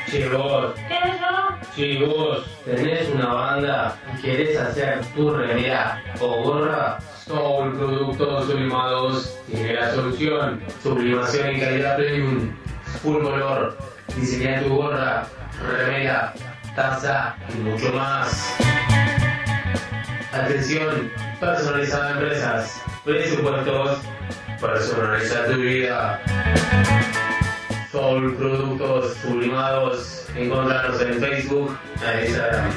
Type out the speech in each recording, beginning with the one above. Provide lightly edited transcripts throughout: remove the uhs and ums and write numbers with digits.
Che vos, che vos, ¿tenés una banda y querés hacer tu remera o gorra? Soul Productos Sublimados tiene la solución. Sublimación en calidad premium, full color. Diseñar tu gorra, remera, taza y mucho más. Atención, personalizada empresas, presupuestos, personaliza tu vida. Soul Productos Sublimados, encontrarnos en Facebook e Instagram.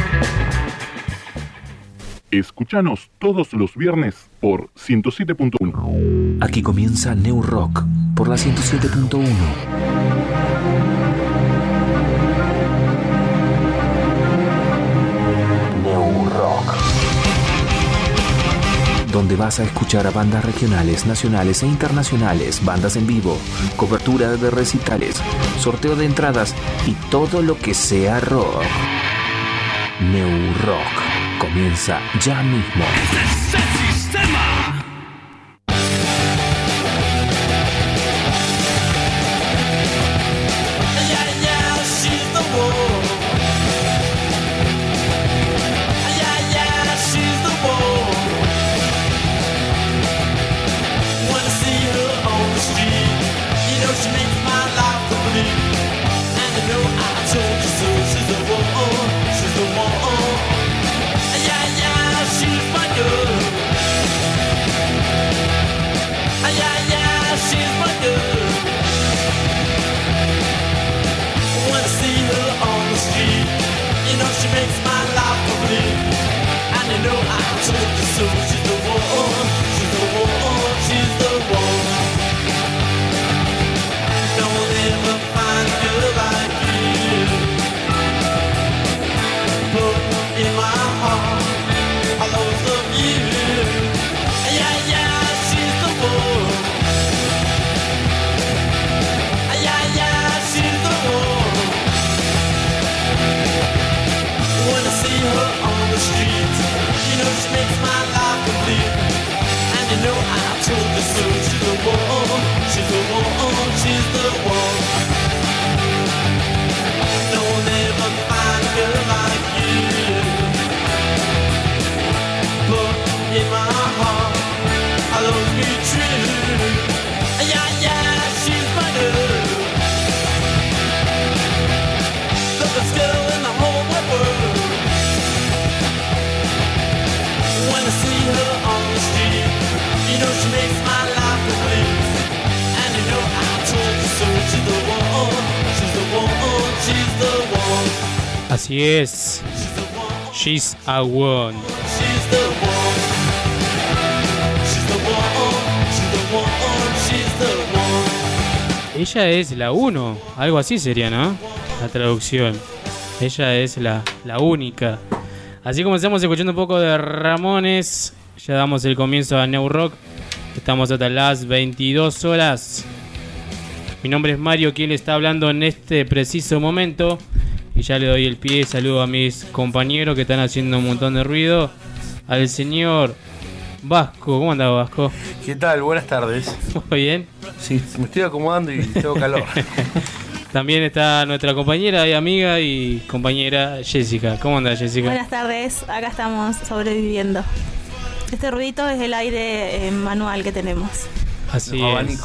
Escúchanos todos los viernes por 107.1. Aquí comienza New Rock por la 107.1. New Rock. Donde vas a escuchar a bandas regionales, nacionales e internacionales, bandas en vivo, cobertura de recitales, sorteo de entradas y todo lo que sea rock. New Rock comienza ya mismo. Así es, She's a One. Ella es la uno, algo así sería, ¿no? La traducción. Ella es la única. Así comenzamos escuchando un poco de Ramones. Ya damos el comienzo a New Rock. Estamos hasta las 22 horas. Mi nombre es Mario, quien le está hablando en este preciso momento. Y ya le doy el pie, saludo a mis compañeros que están haciendo un montón de ruido. Al señor Vasco, ¿cómo anda Vasco? ¿Qué tal? Buenas tardes. Muy bien. Sí, me estoy acomodando y tengo calor. También está nuestra compañera y amiga y compañera Jessica. ¿Cómo anda Jessica? Buenas tardes, acá estamos sobreviviendo. Este ruidito es el aire manual que tenemos. Así es.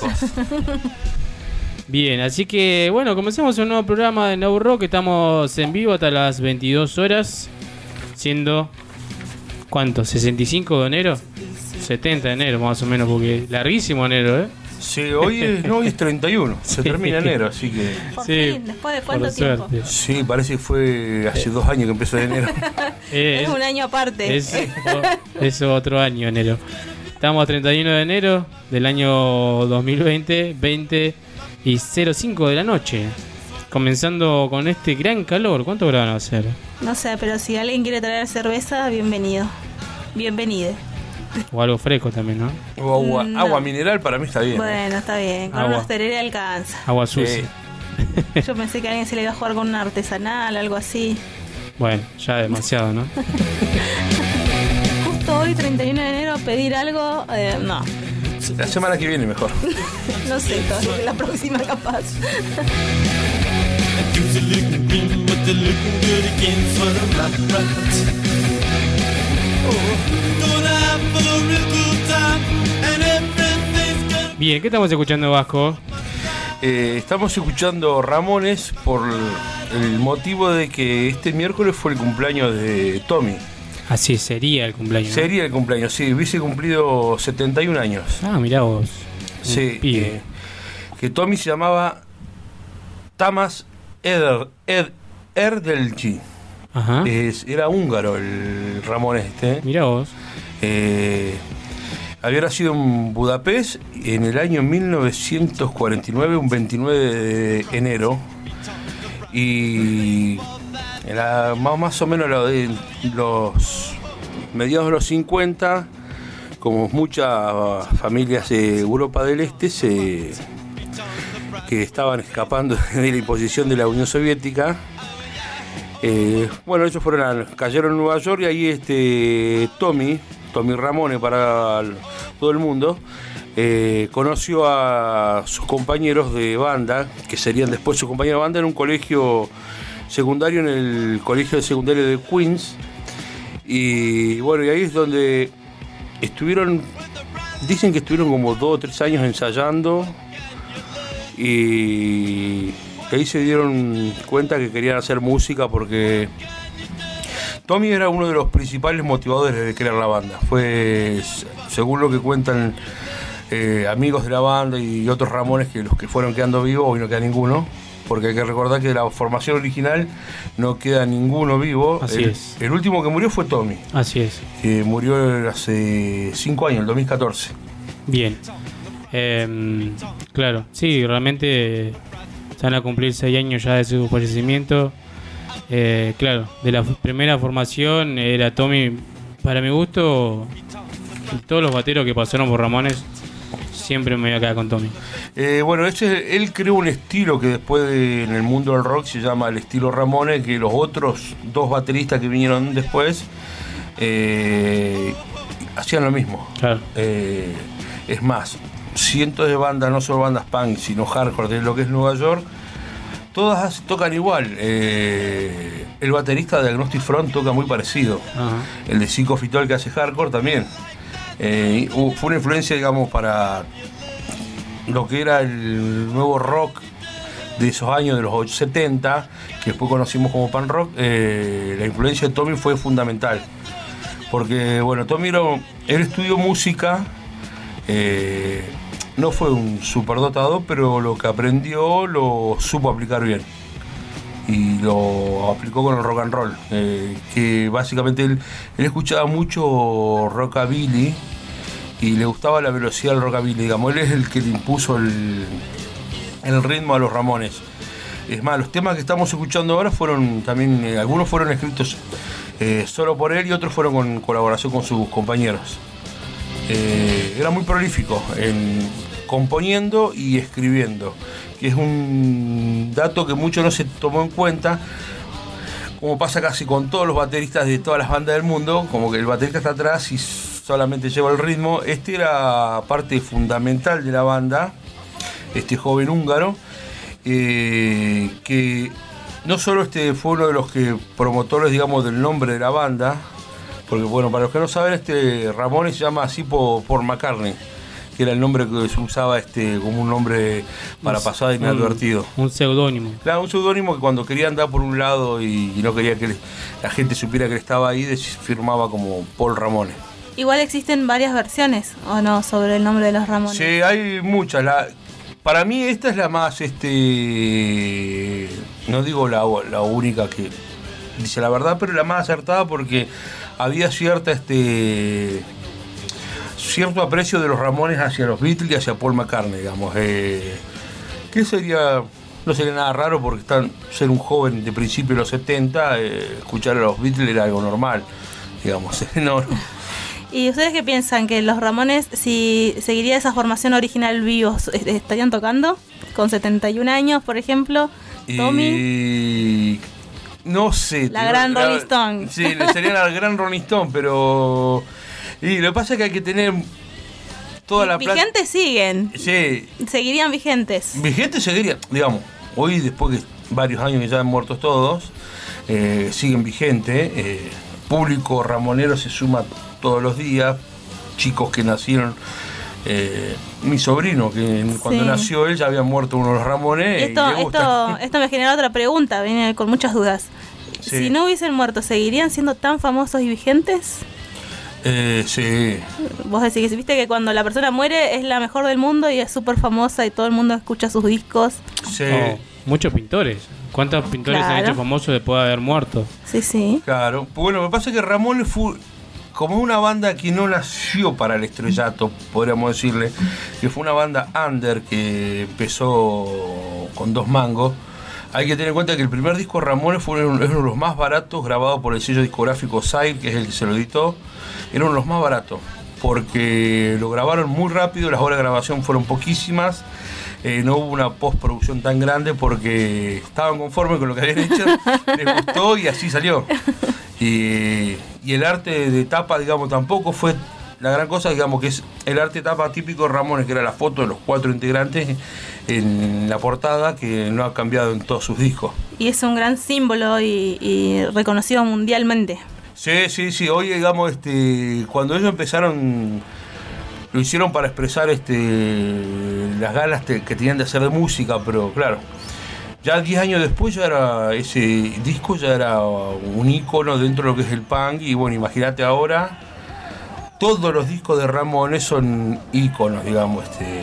Bien, así que bueno, comencemos un nuevo programa de New Rock. Estamos en vivo hasta las 22 horas. Siendo, ¿cuánto? ¿65 de enero? 70 de enero más o menos, porque larguísimo enero, ¿eh? Sí, hoy es 31, se termina enero, así que... Por fin, ¿después de cuánto tiempo? Sí, parece que fue hace 2 años que empezó en enero. Es un año aparte. Es otro año enero. Estamos a 31 de enero del año 2020, 20 y 05 de la noche. Comenzando con este gran calor. ¿Cuánto grados van a hacer? No sé, pero si alguien quiere traer cerveza, bienvenido. Bienvenide. O algo fresco también, ¿no? O agua, no. Agua mineral para mí está bien. Bueno, está bien. Con unos tereré alcanza. Agua sucia. Yo pensé que a alguien se le iba a jugar con un artesanal, algo así. Bueno, ya demasiado, ¿no? Justo hoy, 31 de enero, pedir algo, no. La semana que viene mejor. No sé, todavía la próxima capaz. Bien, ¿qué estamos escuchando, Vasco? Estamos escuchando Ramones por el motivo de que este miércoles fue el cumpleaños de Tommy. Así sería el cumpleaños, ¿no? Sería el cumpleaños, sí, hubiese cumplido 71 años. Ah, mirá vos. Sí, que Tommy se llamaba Tamás Erdelci. Ajá. Era húngaro el Ramones este. Mirá vos. Había nacido en Budapest en el año 1949, un 29 de enero. Y era más o menos los mediados de los 50, como muchas familias de Europa del Este que estaban escapando de la imposición de la Unión Soviética. Bueno, ellos cayeron en Nueva York y ahí Tommy Ramone para todo el mundo, conoció a sus compañeros de banda, que serían después sus compañeros de banda, en un colegio secundario, en el colegio secundario de Queens. Y bueno, y ahí es donde dicen que estuvieron como 2 o 3 años ensayando, y ahí se dieron cuenta que querían hacer música, porque Tommy era uno de los principales motivadores de crear la banda. Fue, según lo que cuentan amigos de la banda y otros Ramones, que los que fueron quedando vivos, hoy no queda ninguno, porque hay que recordar que de la formación original no queda ninguno vivo. Así es. El último que murió fue Tommy. Así es. Que murió hace 5 años, el 2014. Bien. Claro, sí, realmente se van a cumplir 6 años ya de su fallecimiento. Claro, de la primera formación era Tommy, para mi gusto, todos los bateros que pasaron por Ramones, siempre me voy a quedar con Tommy. Bueno, él creó un estilo que después en el mundo del rock se llama el estilo Ramones, que los otros 2 bateristas que vinieron después hacían lo mismo. Claro. Es más, cientos de bandas, no solo bandas punk, sino hardcore de lo que es Nueva York, todas tocan igual. El baterista de Agnostic Front toca muy parecido. Ajá. El de Zico Fitol, que hace hardcore, también. Fue una influencia, digamos, para lo que era el nuevo rock de esos años, de los 70, que después conocimos como punk rock. La influencia de Tommy fue fundamental, porque bueno, Tommy él estudió música, no fue un superdotado, pero lo que aprendió lo supo aplicar bien y lo aplicó con el rock and roll, que básicamente él escuchaba mucho rockabilly y le gustaba la velocidad del rockabilly, digamos. Él es el que le impuso el ritmo a los Ramones. Es más, los temas que estamos escuchando ahora fueron también, algunos fueron escritos solo por él y otros fueron con colaboración con sus compañeros. Era muy prolífico componiendo y escribiendo, que es un dato que mucho no se tomó en cuenta, como pasa casi con todos los bateristas de todas las bandas del mundo, como que el baterista está atrás y solamente lleva el ritmo. Este era parte fundamental de la banda, este joven húngaro, que no solo fue uno de los promotores, digamos, del nombre de la banda, porque bueno, para los que no saben, Ramones se llama así por McCartney, que era el nombre que se usaba como un nombre para pasar inadvertido. Un seudónimo. Claro, un seudónimo que cuando quería andar por un lado y no quería que la gente supiera que él estaba ahí, firmaba como Paul Ramones. Igual existen varias versiones, ¿o no?, sobre el nombre de los Ramones. Sí, hay muchas. Para mí esta es la más, no digo la única que dice la verdad, pero la más acertada, porque había cierto aprecio de los Ramones hacia los Beatles y hacia Paul McCartney, digamos. Que no sería nada raro, porque ser un joven de principios de los 70, escuchar a los Beatles era algo normal, digamos. No. ¿Y ustedes qué piensan? ¿Que los Ramones, si seguiría esa formación original vivos, estarían tocando? ¿Con 71 años, por ejemplo? ¿Tommy? No sé. La gran Rolling Stone. Sí, sería la gran Rolling Stone, pero... Y lo que pasa es que hay que tener toda la plata... Vigentes siguen. Sí. Seguirían vigentes. Vigentes seguirían, digamos, hoy después que varios años que ya han muertos todos, siguen vigentes. Público ramonero se suma todos los días, chicos que nacieron... mi sobrino, que cuando nació él ya había muerto uno de los Ramones. Esto me genera otra pregunta, viene con muchas dudas. Sí. Si no hubiesen muerto, ¿seguirían siendo tan famosos y vigentes? Sí. Vos decís, viste que cuando la persona muere es la mejor del mundo y es súper famosa y todo el mundo escucha sus discos. Sí. Muchos pintores. ¿Cuántos pintores han hecho famosos después de haber muerto? Sí. Claro. Bueno, me pasa que Ramones fue como una banda que no nació para el estrellato, podríamos decirle, que fue una banda under que empezó con 2 mangos. Hay que tener en cuenta que el primer disco de Ramones fue uno de los más baratos, grabado por el sello discográfico Sire, que es el que se lo editó. Era uno de los más baratos, porque lo grabaron muy rápido, las horas de grabación fueron poquísimas. No hubo una postproducción tan grande porque estaban conformes con lo que habían hecho, les gustó y así salió. Y el arte de tapa, digamos, tampoco fue la gran cosa, digamos, que es el arte de tapa típico de Ramones, que era la foto de los 4 integrantes en la portada, que no ha cambiado en todos sus discos. Y es un gran símbolo y reconocido mundialmente. Sí. Hoy, digamos, cuando ellos empezaron, lo hicieron para expresar las ganas que tenían de hacer de música, pero claro, ya 10 años después ese disco ya era un ícono dentro de lo que es el punk. Y bueno, imagínate ahora, todos los discos de Ramones son íconos, digamos.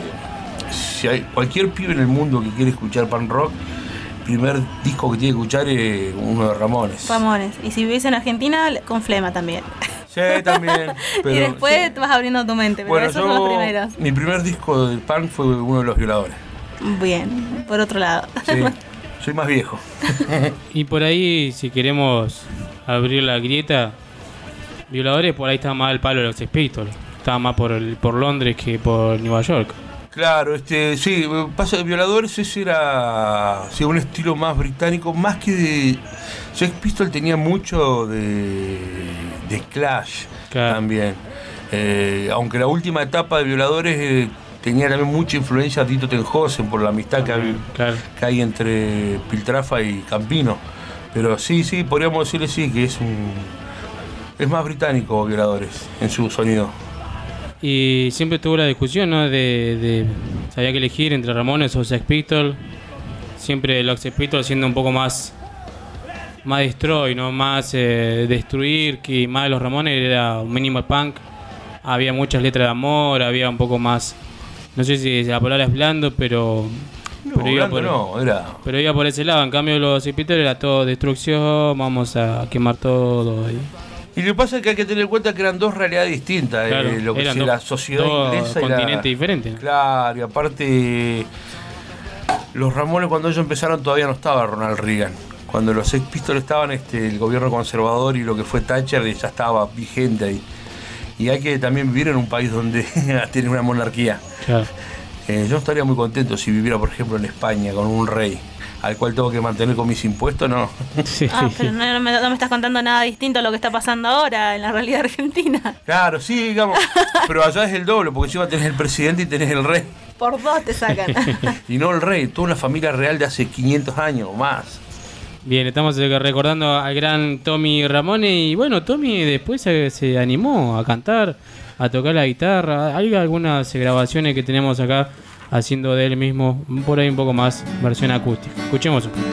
Si hay cualquier pibe en el mundo que quiere escuchar punk rock, el primer disco que tiene que escuchar es uno de Ramones. Y si vivís en Argentina, con Flema también. Sí, también. Pero, y después te vas abriendo tu mente, pero bueno, esos son los primeros. Mi primer disco del punk fue uno de Los Violadores. Bien, por otro lado. Sí, soy más viejo. Y por ahí, si queremos abrir la grieta, Violadores, por ahí está más el palo de los Sex Pistols. Estaba más por Londres que por Nueva York. Claro, sí, pasa de Violadores, ese era un estilo más británico, más que de... Sex Pistols tenía mucho de Clash, claro, también. Aunque la última etapa de Violadores tenía también mucha influencia de Tito Tenhausen por la amistad que hay entre Piltrafa y Campino. Pero sí, podríamos decirle sí, que es más británico Violadores en su sonido. Y siempre tuvo la discusión, ¿no? De si había que elegir entre Ramones o Sex Pistols. Siempre los Sex Pistols siendo un poco más destroy, ¿no? Más destruir, que más de los Ramones era un minimal punk. Había muchas letras de amor, había un poco más, no sé si la palabra es blando, pero iba por ese lado. En cambio los Sex Pistols era todo destrucción, vamos a quemar todo. Y lo que pasa es que hay que tener en cuenta que eran 2 realidades distintas, claro, lo que es la sociedad inglesa y continentes diferentes. Claro, y aparte los Ramones, cuando ellos empezaron todavía no estaba Ronald Reagan. Cuando los Sex Pistols estaban, el gobierno conservador y lo que fue Thatcher ya estaba vigente ahí. Y hay que también vivir en un país donde tiene una monarquía. Claro. Yo no estaría muy contento si viviera, por ejemplo, en España con un rey al cual tengo que mantener con mis impuestos, ¿no? Sí. Pero no me estás contando nada distinto a lo que está pasando ahora en la realidad argentina. Claro, sí, digamos, pero allá es el doble, porque encima tenés el presidente y tenés el rey. Por 2 te sacan. Y no el rey, toda una familia real de hace 500 años o más. Bien, estamos recordando al gran Tommy Ramone. Y bueno, Tommy después se animó a cantar, a tocar la guitarra. Hay algunas grabaciones que tenemos acá haciendo de él mismo, por ahí un poco más versión acústica. Escuchemos un poco.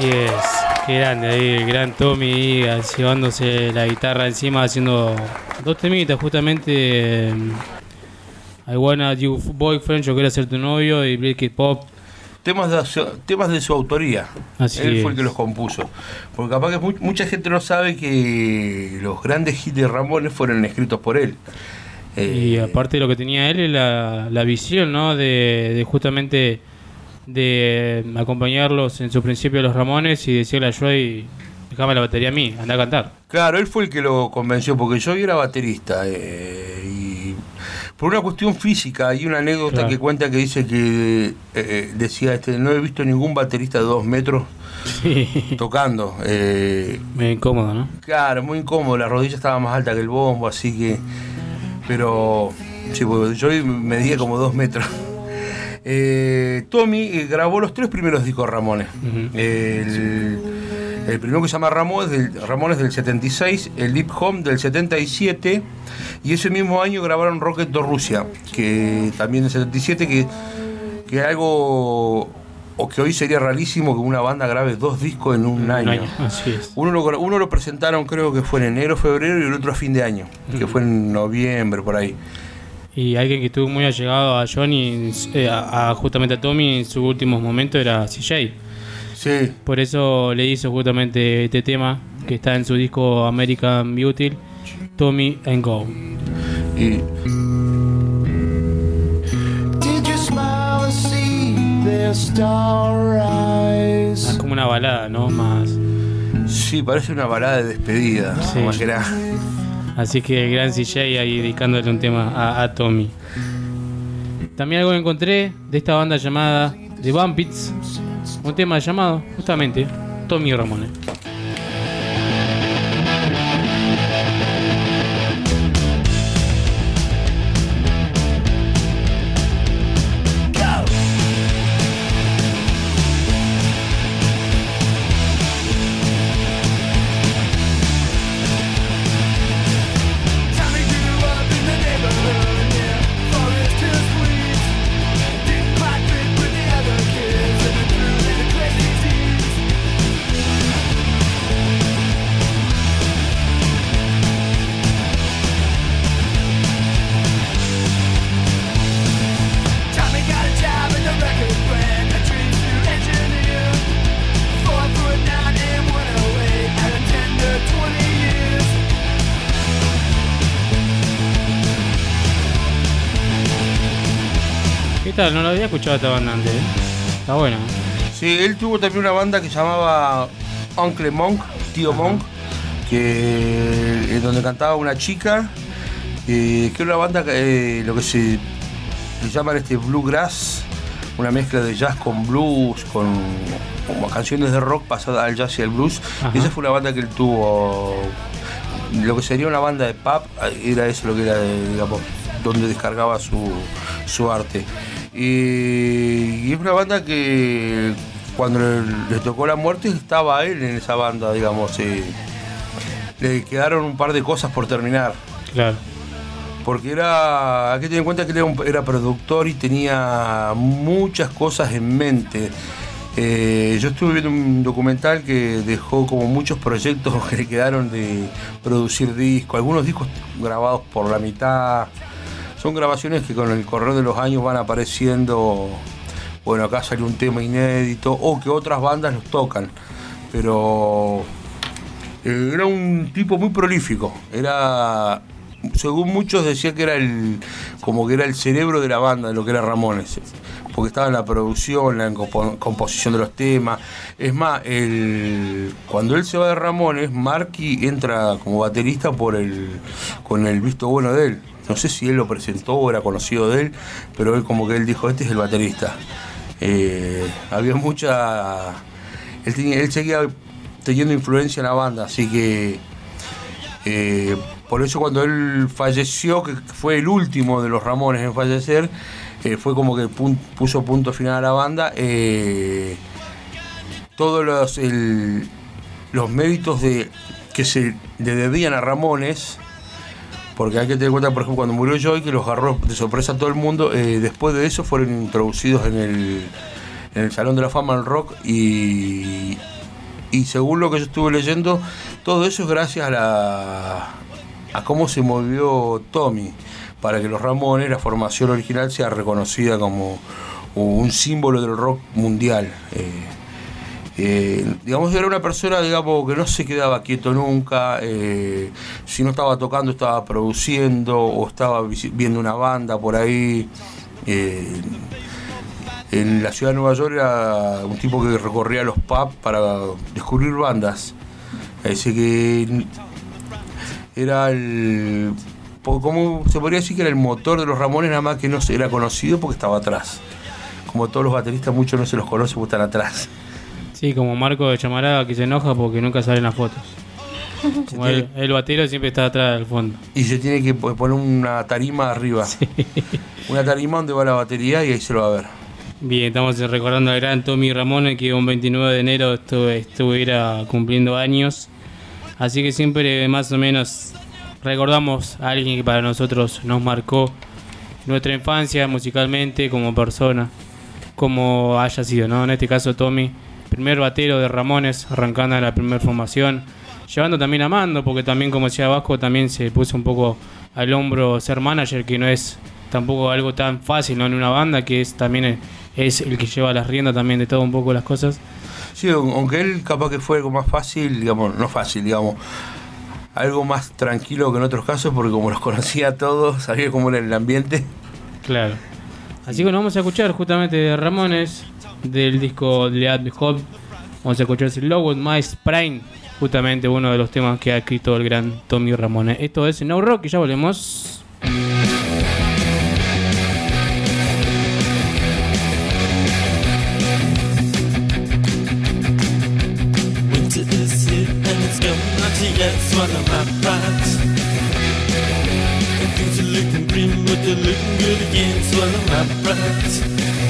Así es, qué grande ahí, el gran Tommy llevándose la guitarra encima, haciendo 2 temitas justamente. I Wanna You Boyfriend, Yo Quiero Ser Tu Novio, y Break It Pop. Temas de su autoría. Así Él fue es. el que los compuso. Porque capaz que mucha gente no sabe que los grandes hits de Ramones fueron escritos por él. Y aparte de lo que tenía él, la visión, ¿no? De justamente de acompañarlos en su principio a los Ramones y decirle a Joey, dejame la batería a mí, anda a cantar. Claro, él fue el que lo convenció, porque yo era baterista y por una cuestión física hay una anécdota Claro. que cuenta que dice que decía no he visto ningún baterista de 2 metros Sí. tocando. Medio incómodo, ¿no? Claro, muy incómodo, la rodilla estaba más alta que el bombo, así que... Pero sí, porque yo medía como 2 metros. Tommy grabó los 3 primeros discos Ramones. Uh-huh. El primero que se llama Ramones del 76, el Deep Home del 77, y ese mismo año grabaron Rocket to Russia, que también del 77, que algo o que hoy sería rarísimo que una banda grabe 2 discos en un año. Así es. Uno lo presentaron, creo que fue en enero, febrero, y el otro a fin de año, que fue en noviembre, por ahí. Y alguien que estuvo muy allegado a Johnny, justamente a Tommy en sus últimos momentos, era CJ. Sí. Por eso le hizo justamente este tema que está en su disco American Beauty, Tommy and Go. Y Es como una balada, ¿no? Más. sí, parece una balada de despedida, Sí. más que nada. Así que el gran CJ ahí dedicándole un tema a Tommy. También algo que encontré de esta banda llamada The Bumpits, un tema llamado justamente Tommy Ramones. ¿Qué tal? No lo había escuchado esta banda antes, ¿eh? Está buena. Sí, él tuvo también una banda que se llamaba Uncle Monk, Tío Monk, que donde cantaba una chica, que era una banda lo que se llaman bluegrass, una mezcla de jazz con blues, con como canciones de rock pasadas al jazz y al blues. Ajá. Esa fue una banda que él tuvo, lo que sería una banda de pub, era eso lo que era, digamos, donde descargaba su arte. Y es una banda que cuando le tocó la muerte estaba él en esa banda, digamos. Le quedaron un par de cosas por terminar. Claro. Porque hay que tener en cuenta que él era productor y tenía muchas cosas en mente. Yo estuve viendo un documental que dejó como muchos proyectos que le quedaron de producir discos, algunos discos grabados por la mitad. Son grabaciones que con el correr de los años van apareciendo. Bueno, acá salió un tema inédito o que otras bandas los tocan. Pero era un tipo muy prolífico. Era, según muchos decían que era como que era el cerebro de la banda, de lo que era Ramones. Porque estaba en la producción, en la composición de los temas. Es más, cuando él se va de Ramones, Marky entra como baterista con el visto bueno de él. No sé si él lo presentó o era conocido de él, pero él como que él dijo, este es el baterista. Había mucha... Él seguía teniendo influencia en la banda, así que... por eso cuando él falleció, que fue el último de los Ramones en fallecer, fue como que puso punto final a la banda. Todos los méritos que se le debían a Ramones, porque hay que tener en cuenta, por ejemplo, cuando murió Joey, que los agarró de sorpresa a todo el mundo, después de eso fueron introducidos en el Salón de la Fama del Rock y y según lo que yo estuve leyendo, todo eso es gracias a cómo se movió Tommy, para que los Ramones, la formación original, sea reconocida como un símbolo del rock mundial. Digamos, era una persona, digamos, que no se quedaba quieto nunca. Si no estaba tocando, estaba produciendo o estaba viendo una banda por ahí. En la ciudad de Nueva York era un tipo que recorría los pubs para descubrir bandas. Así que era como se podría decir que era el motor de los Ramones, nada más que no era conocido porque estaba atrás. Como todos los bateristas, muchos no se los conoce porque están atrás. Sí, como Marco de Chamarada, que se enoja porque nunca salen las fotos. Como el batero siempre está atrás del fondo. Y se tiene que poner una tarima arriba. Sí. Una tarima donde va la batería y ahí se lo va a ver. Bien, estamos recordando al gran Tommy Ramone, que un 29 de enero estuviera cumpliendo años. Así que siempre más o menos recordamos a alguien que para nosotros nos marcó nuestra infancia musicalmente, como persona, como haya sido, ¿no? En este caso Tommy, primer batero de Ramones, arrancando en la primera formación, llevando también a Mando, porque también, como decía Vasco, también se puso un poco al hombro ser manager, que no es tampoco algo tan fácil, ¿no? En una banda, que también es el que lleva las riendas también de todo un poco las cosas. Sí, aunque él capaz que fue algo más fácil, digamos, no fácil, digamos, algo más tranquilo que en otros casos, porque como los conocía a todos, sabía cómo era el ambiente. Claro. Así que nos vamos a escuchar justamente de Ramones, del disco Lead Behold. Vamos a escuchar Low My Spine, justamente uno de los temas que ha escrito el gran Tommy Ramone. Esto es No Rock y ya volvemos. Winter is here and it's going not to yet swallow my pride. And things are looking grim, but they're looking good again. Swallow my pride.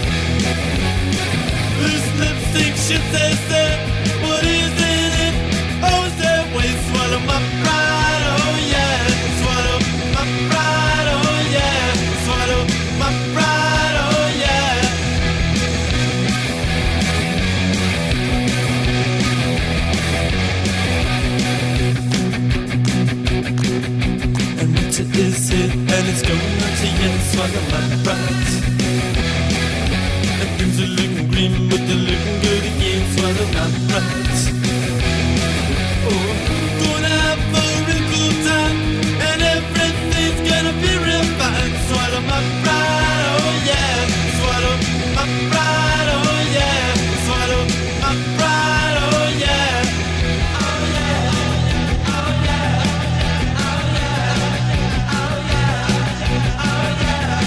This lipstick shit they said, what is in it? Oh, is that way? Swallow my pride, oh yeah. Swallow my pride, oh yeah. Swallow my pride, oh yeah. And winter is here and it's going on to yet. Swallow my pride. Things are looking grim, but they're looking good again. Swallow my pride. Oh, gonna have a real cool time, and everything's gonna be real fine. Swallow my pride, oh yeah. Swallow my pride, oh yeah. Swallow my pride, oh yeah. Oh yeah, oh yeah, oh yeah, oh yeah, oh yeah.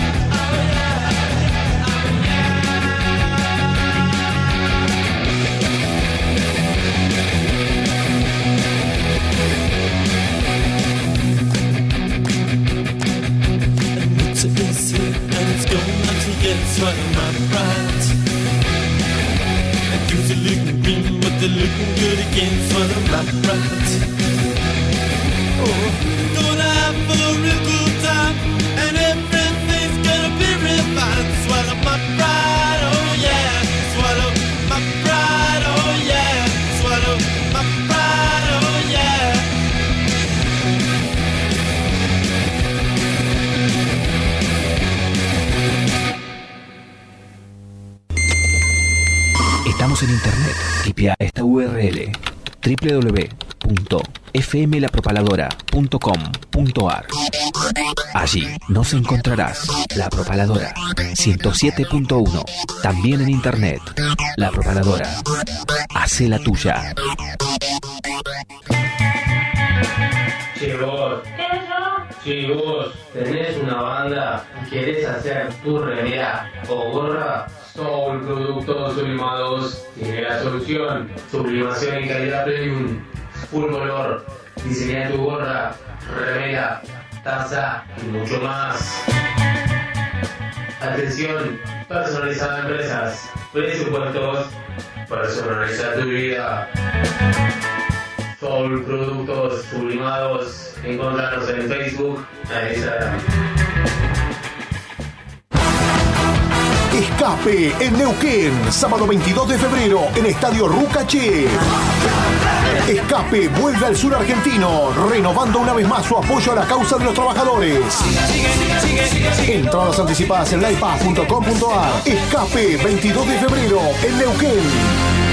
Swallow my pride. And things are looking green, but they're looking good again. Swallow my pride. Oh, gonna have a real good time, and everything's gonna be real fine. Swallow my pride, oh yeah. Swallow my pride, oh yeah. Swallow my pride, oh yeah. Estamos en internet. Tipea esta URL: www.fmlapropaladora.com.ar. Allí nos encontrarás La Propaladora 107.1. También en internet. La Propaladora. Hace la tuya. Si vos tenés una banda y querés hacer tu remera o gorra, Soul Productos Sublimados tiene la solución. Sublimación en calidad premium, full color. Diseña tu gorra, remera, taza y mucho más. Atención, personalizada empresas, presupuestos, personaliza tu vida. Soul Productos Sublimados. Encontrarnos en Facebook, en Instagram. Escape en Neuquén, sábado 22 de febrero en Estadio Rucaché. Escape vuelve al sur argentino, renovando una vez más su apoyo a la causa de los trabajadores. Entradas anticipadas en livepass.com.ar. Escape 22 de febrero en Neuquén.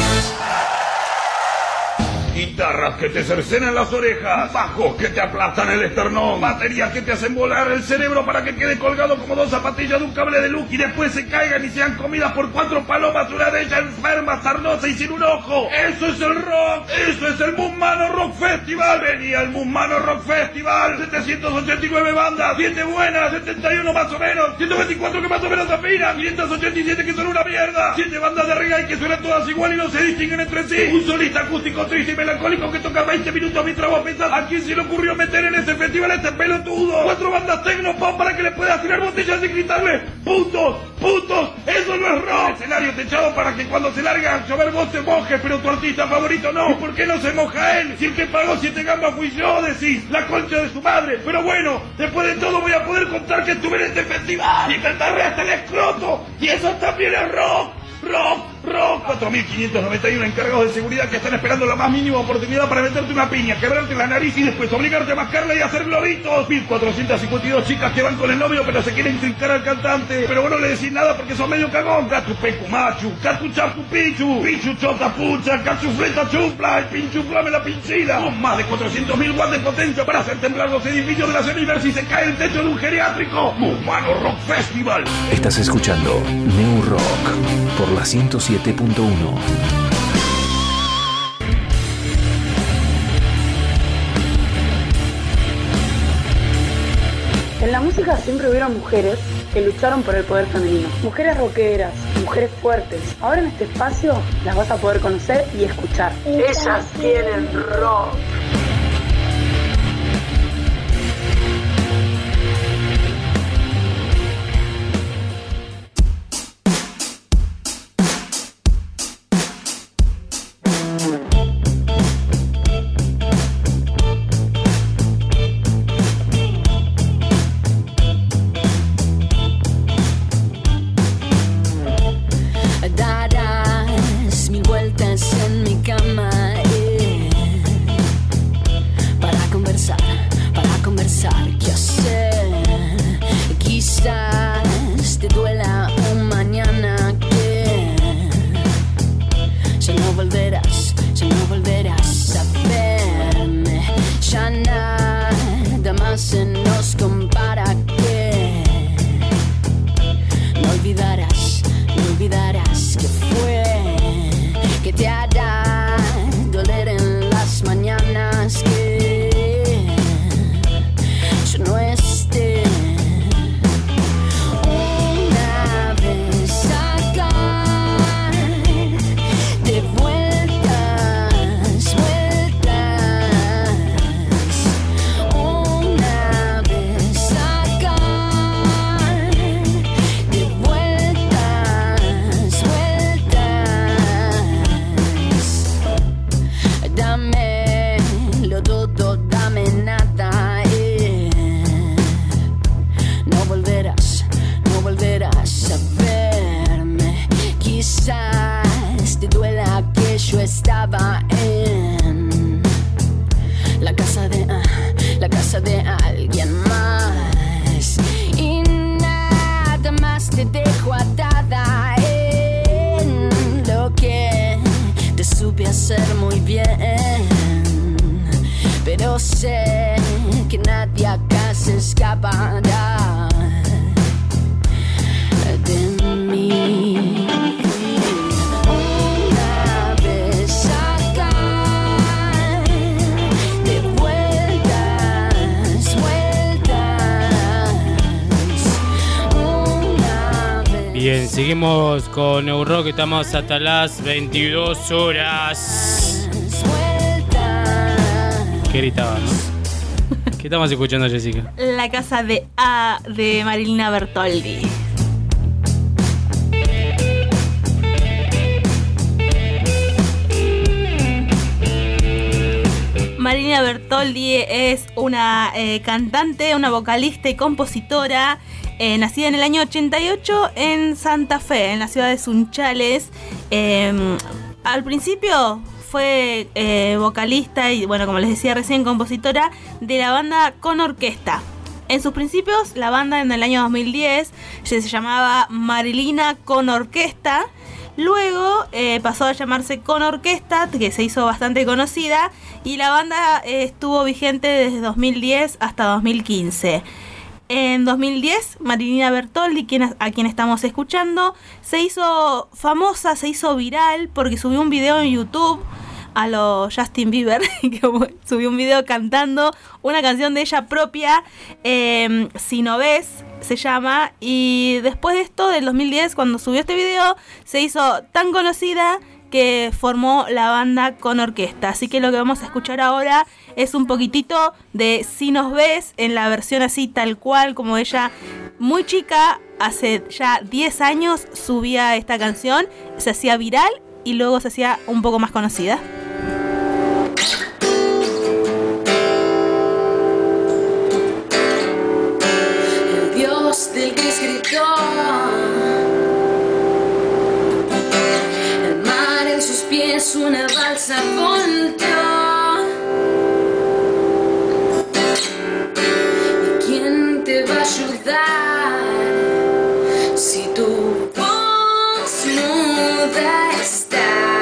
Guitarras que te cercenan las orejas, bajos que te aplastan el esternón, baterías que te hacen volar el cerebro para que quede colgado como dos zapatillas de un cable de luz y después se caigan y sean comidas por 4 palomas, una de ellas enferma, sarnosa y sin un ojo. Eso es el rock, eso es el Musmano Rock Festival. Venía el Musmano Rock Festival, 789 bandas, 7 buenas, 71 más o menos, 124 que más o menos afinan, 587 que son una mierda, 7 bandas de reggae que suenan todas igual y no se distinguen entre sí, un solista acústico triste y melancólico que toca 20 minutos mientras vos pensás a quién se le ocurrió meter en ese festival a este pelotudo. 4 bandas tecno-pop para que le puedas tirar botellas y gritarle ¡putos! ¡putos! ¡Eso no es rock! El escenario techado para que cuando se larga a llover vos te mojes, pero tu artista favorito no. ¿Y por qué no se moja él? Si el que pagó 7 gambas fui yo, decís, la concha de su madre. Pero bueno, después de todo voy a poder contar que estuve en este festival y cantarle hasta el escroto. Y eso también es rock. Rock. 4.591 encargados de seguridad que están esperando la más mínima oportunidad para meterte una piña, quebrarte la nariz y después obligarte a mascarla y hacer globitos. 1.452 chicas que van con el novio pero se quieren trincar al cantante, pero vos no le decís nada porque sos medio cagón. Catu pecu machu, catu chapu pichu, pichu chota pucha, catu fleta chupla, y pinchu flame la pinchila. Con más de 400.000 watts de potencia para hacer temblar los edificios de la Semiverse y se cae el techo de un geriátrico. Musmano Rock Festival. Estás escuchando New Rock por la 107.1. En la música siempre hubieron mujeres que lucharon por el poder femenino. Mujeres rockeras, mujeres fuertes. Ahora en este espacio las vas a poder conocer y escuchar. Ellas tienen rock. Bien, seguimos con New Rock, estamos hasta las 22 horas. ¿Qué gritaba, no? ¿Qué estamos escuchando, Jessica? La casa de A de Marilina Bertoldi. Marilina Bertoldi es una cantante, una vocalista y compositora. nacida en el año 88 en Santa Fe, en la ciudad de Sunchales. Al principio fue vocalista y, bueno, como les decía recién, compositora de la banda Con Orquesta. En sus principios, la banda en el año 2010 se llamaba Marilina Con Orquesta. Luego pasó a llamarse Con Orquesta, que se hizo bastante conocida, y la banda estuvo vigente desde 2010 hasta 2015. En 2010, Marilina Bertoldi, a quien estamos escuchando, se hizo famosa, se hizo viral porque subió un video en YouTube a lo Justin Bieber, que subió un video cantando una canción de ella propia, Si no ves, se llama, y después de esto, del 2010, cuando subió este video, se hizo tan conocida que formó la banda Con Orquesta. Así que lo que vamos a escuchar ahora es un poquitito de Si nos ves, en la versión así tal cual, como ella, muy chica, hace ya 10 años, subía esta canción, se hacía viral y luego se hacía un poco más conocida. El Dios del que escribió el mar en sus pies, una balsa volteó. ¿Y quién te va a ayudar si tu voz muda está?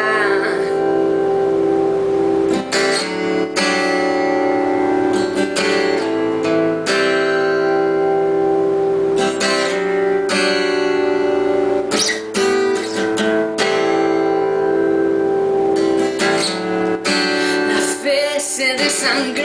Se desangró,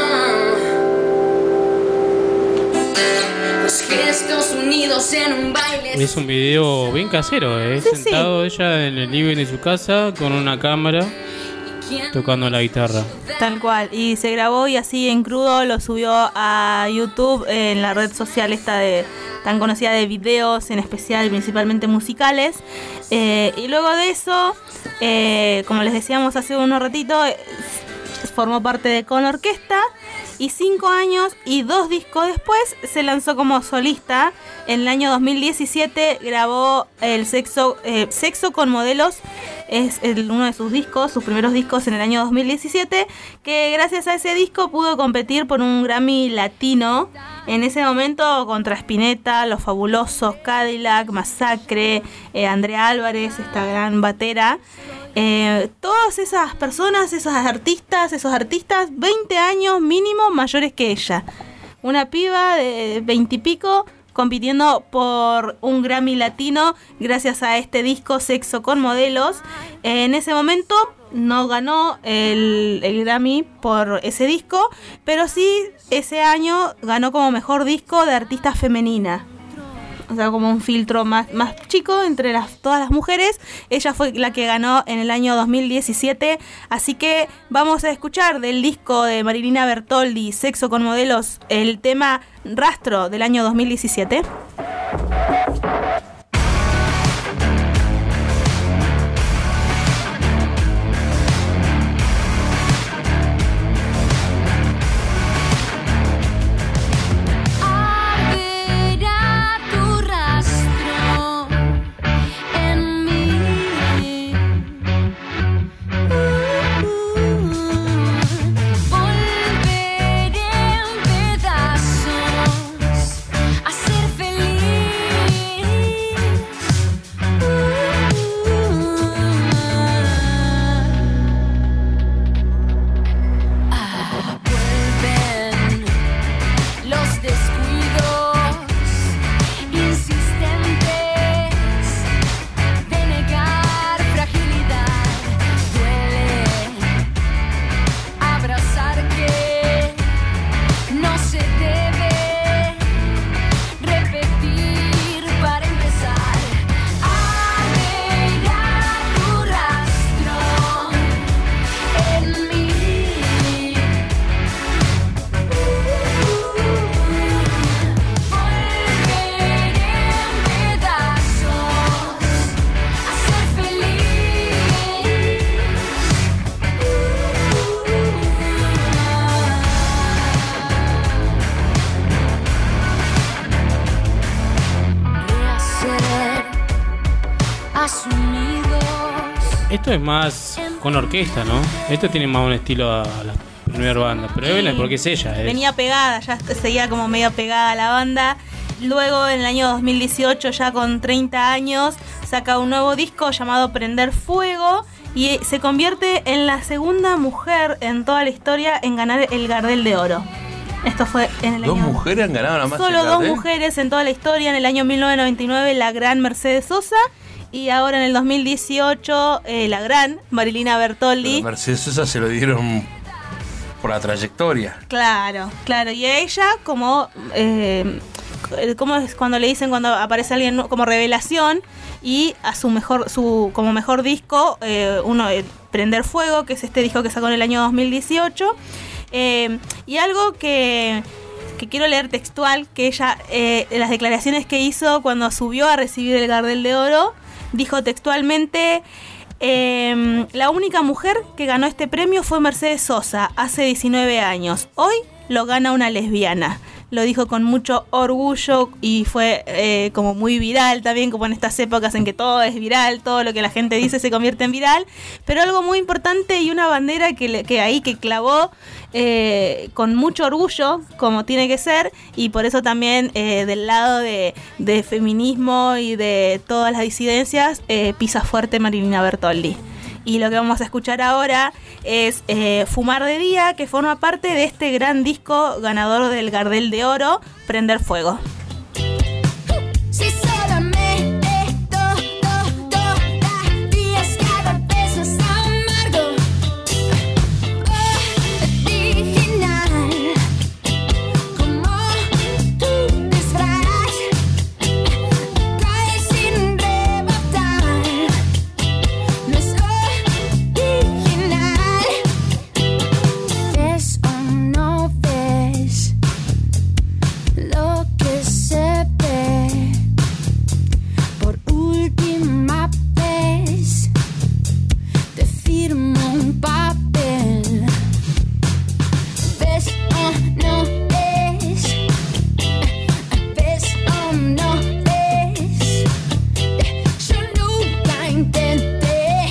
los gestos unidos en un baile. Es un video bien casero, Sí, sentado ella en el living de su casa con una cámara tocando la guitarra. Tal cual, y se grabó y así en crudo lo subió a YouTube, en la red social esta tan conocida de videos, en especial, principalmente musicales. Y luego de eso, como les decíamos hace unos ratito, formó parte de Con Orquesta, y 5 años y 2 discos después se lanzó como solista. En el año 2017 grabó el Sexo con Modelos, es uno de sus discos, sus primeros discos en el año 2017, que gracias a ese disco pudo competir por un Grammy Latino. En ese momento contra Spinetta, Los Fabulosos, Cadillac, Masacre, Andrea Álvarez, esta gran batera. Todas esas personas, esos artistas, 20 años mínimo mayores que ella. Una piba de 20 y pico compitiendo por un Grammy Latino gracias a este disco Sexo con Modelos. En ese momento no ganó el Grammy por ese disco, pero sí ese año ganó como mejor disco de artista femenina. O sea, como un filtro más chico entre todas las mujeres. Ella fue la que ganó en el año 2017. Así que vamos a escuchar del disco de Marilina Bertoldi, Sexo con Modelos, el tema Rastro del año 2017. Volveré en pedazos a ser feliz. más unidos. Esto es más con orquesta, ¿no? Esto tiene más un estilo a la primera banda. Pero bueno, porque es ella. Venía pegada, ya seguía como medio pegada a la banda. Luego, en el año 2018, ya con 30 años, saca un nuevo disco llamado Prender Fuego y se convierte en la segunda mujer en toda la historia en ganar el Gardel de Oro. Esto fue en el año... ¿Dos mujeres han ganado nada más? Solo dos mujeres en toda la historia. En el año 1999, la gran Mercedes Sosa. Y ahora en el 2018, la gran Marilina Bertoldi. Pero Mercedes Sosa se lo dieron por la trayectoria. Claro, claro. Y a ella como es cuando le dicen cuando aparece alguien como revelación, y a como mejor disco Prender Fuego, que es este disco que sacó en el año 2018. Y algo que quiero leer textual, que ella, las declaraciones que hizo cuando subió a recibir el Gardel de Oro, dijo textualmente: la única mujer que ganó este premio fue Mercedes Sosa hace 19 años. Hoy lo gana una lesbiana. Lo dijo con mucho orgullo y fue como muy viral también, como en estas épocas en que todo es viral, todo lo que la gente dice se convierte en viral. Pero algo muy importante y una bandera que clavó con mucho orgullo, como tiene que ser, y por eso también del lado de feminismo y de todas las disidencias pisa fuerte Marilina Bertoldi. Y lo que vamos a escuchar ahora es Fumar de Día, que forma parte de este gran disco ganador del Gardel de Oro, Prender Fuego. Si solamente todo días cada vez más amargo, original, como tu disfraz, cae sin rebotar, no es original. ¿Ves o no ves lo que se ve? Por última vez te firmo un papel. ¿Ves o no ves? ¿Ves o no ves? Yo nunca intenté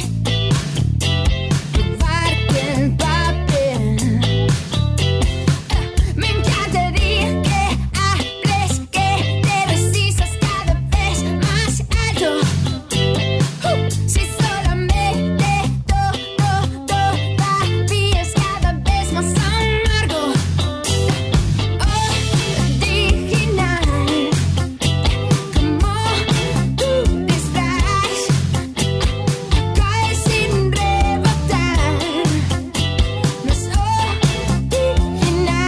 robarte el papel. Me encantaría que hables, que te resistas cada vez más alto. Si solamente todavía es cada vez más amargo, original, como tu disfraz, cae sin rebotar, no es original,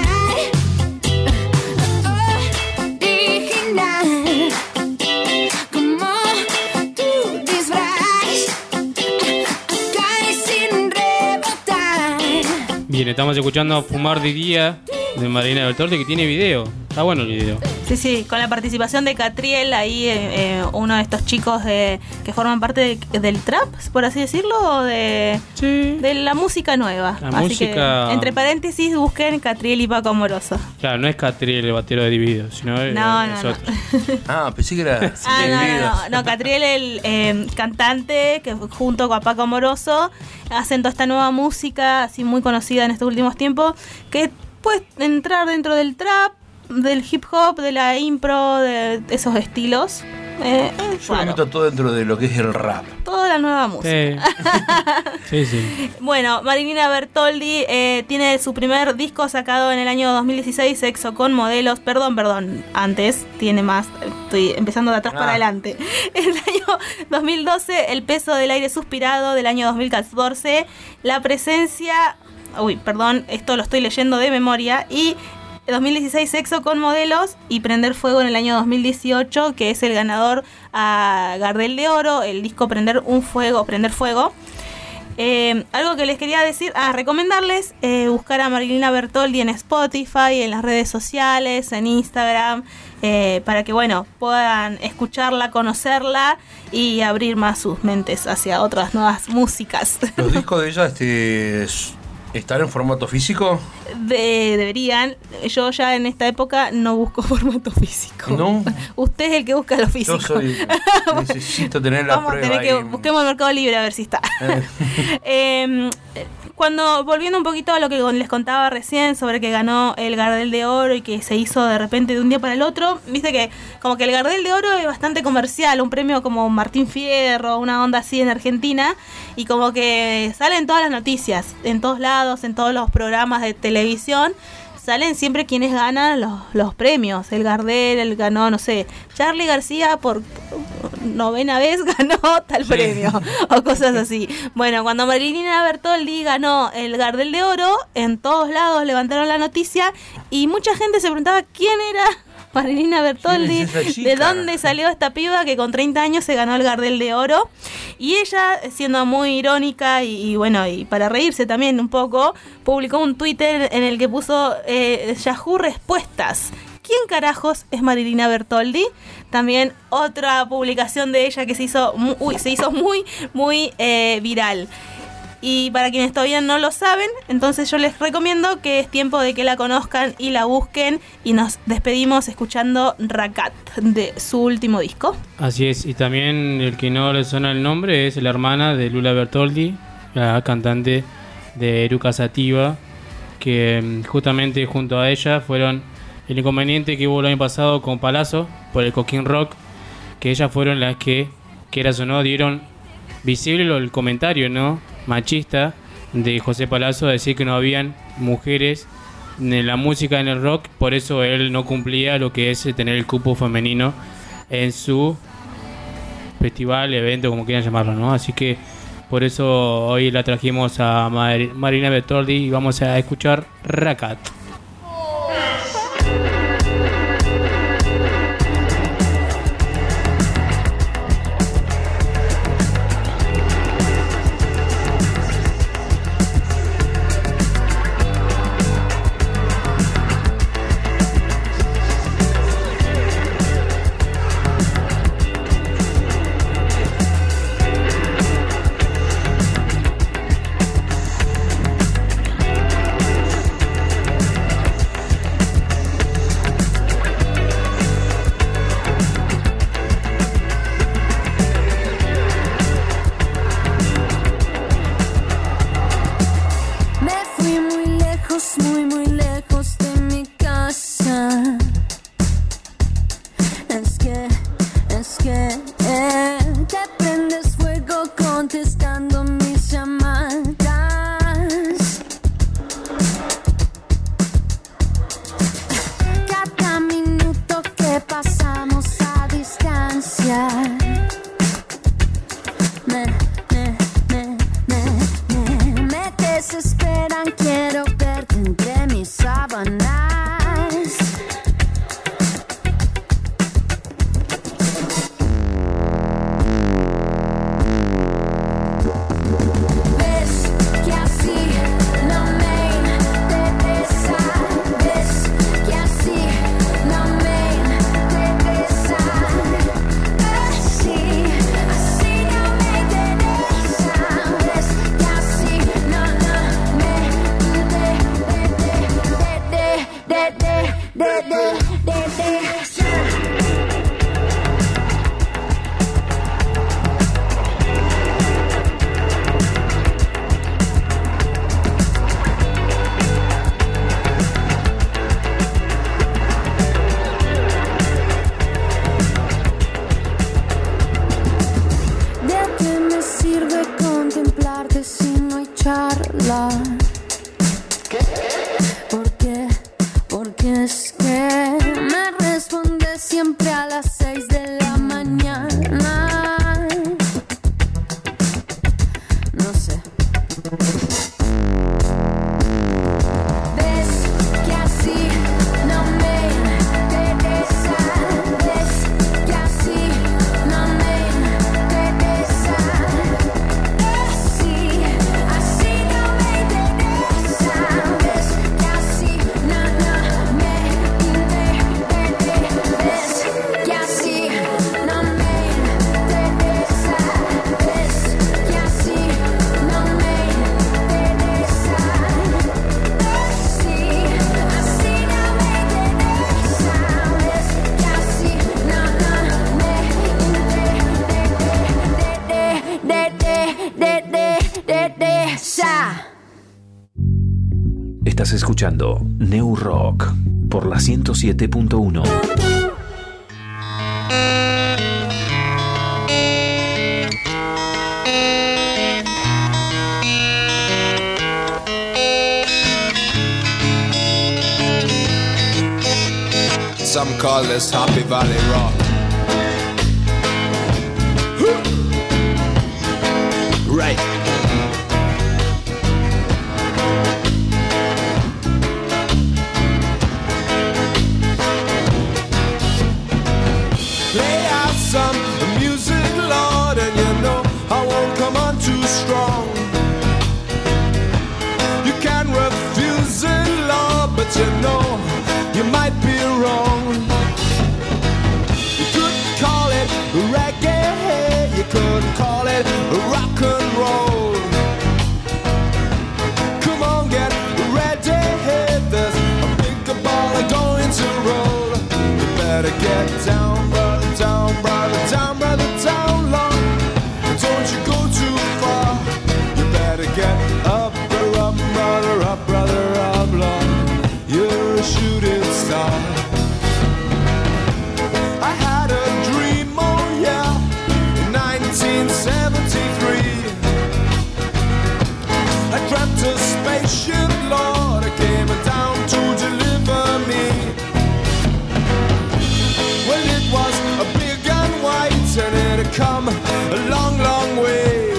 original, como tu disfraz, cae sin rebotar. Bien, estamos escuchando Fumar de Día de Marilina Bertoldi, que tiene video. Está bueno el video. Sí, con la participación de Catriel, ahí uno de estos chicos que forman parte del trap, por así decirlo, o de la música nueva. La así música... que, entre paréntesis, busquen Catriel y Paco Amoroso. Claro, no es Catriel el batero de Dividido, sino es otro. Ah, pensé que era... No, Catriel, el cantante, que junto con Paco Amoroso hacen toda esta nueva música, así muy conocida en estos últimos tiempos, que puede entrar dentro del trap, del hip hop, de la impro, de esos estilos. Yo lo meto todo dentro de lo que es el rap. Toda la nueva música. Sí. Bueno, Marilina Bertoldi tiene su primer disco sacado en el año 2016, Sexo con Modelos. Perdón, antes, tiene más. Estoy empezando de atrás para adelante. En el año 2012, El peso del aire suspirado. Del año 2014, La presencia... esto lo estoy leyendo de memoria. Y 2016, Sexo con Modelos, y Prender Fuego en el año 2018, que es el ganador a Gardel de Oro, el disco Prender Fuego. Algo que les quería decir, recomendarles buscar a Marilina Bertoldi en Spotify, en las redes sociales, en Instagram, para que puedan escucharla, conocerla y abrir más sus mentes hacia otras nuevas músicas. ¿Los discos de ella están en formato físico? deberían. Yo ya en esta época no busco formato físico. No. Usted es el que busca lo físico. Yo necesito tener la Vamos a prueba. tener que busquemos el Mercado Libre a ver si está. Cuando, volviendo un poquito a lo que les contaba recién sobre que ganó el Gardel de Oro y que se hizo de repente de un día para el otro, viste que como que el Gardel de Oro es bastante comercial, un premio como Martín Fierro, una onda así en Argentina, y como que salen todas las noticias, en todos lados, en todos los programas de televisión, salen siempre quienes ganan los premios. El Gardel, el ganó, no sé, Charly García por 9ª vez ganó tal premio, o cosas así. Bueno, cuando Marilina Bertoldi ganó el Gardel de Oro, en todos lados levantaron la noticia y mucha gente se preguntaba quién era Marilina Bertoldi, de dónde salió esta piba que con 30 años se ganó el Gardel de Oro. Y ella, siendo muy irónica y bueno, y para reírse también un poco, publicó un Twitter en el que puso Yahoo Respuestas. ¿Quién carajos es Marilina Bertoldi? También otra publicación de ella que se hizo muy viral. Y para quienes todavía no lo saben, entonces yo les recomiendo que es tiempo de que la conozcan y la busquen. Y nos despedimos escuchando Racat, de su último disco. Así es, y también el que no le suena el nombre es la hermana de Lula Bertoldi, la cantante de Eruca Sativa, que justamente junto a ella fueron el inconveniente que hubo el año pasado con Palazzo por el Coquín Rock, que ellas fueron las que, quieras o no, dieron visible el comentario, ¿no?, machista de José Palazzo, a decir que no habían mujeres en la música, en el rock, por eso él no cumplía lo que es tener el cupo femenino en su festival, evento, como quieran llamarlo, ¿no? Así que por eso hoy la trajimos a Marilina Bertoldi y vamos a escuchar Racat. Estás escuchando New Rock por la 107.1. Some call this Happy Valley Rock. Right. Play out some music, Lord, and you know I won't come on too strong. You can refuse it, Lord, but you know you might be wrong. You couldn't call it reggae, you couldn't call it rock and roll. Come on, get ready, there's a big ball going to roll. You better get down, brother, down, brother, down, brother, down, long. Don't you go too far. You better get up, brother, up, long. You're a shooting star. I had a dream, oh yeah, in 1973. I dreamt a spaceship, Lord, it came down to deliver me. Well, it was a big and white, and it had come a long, long way.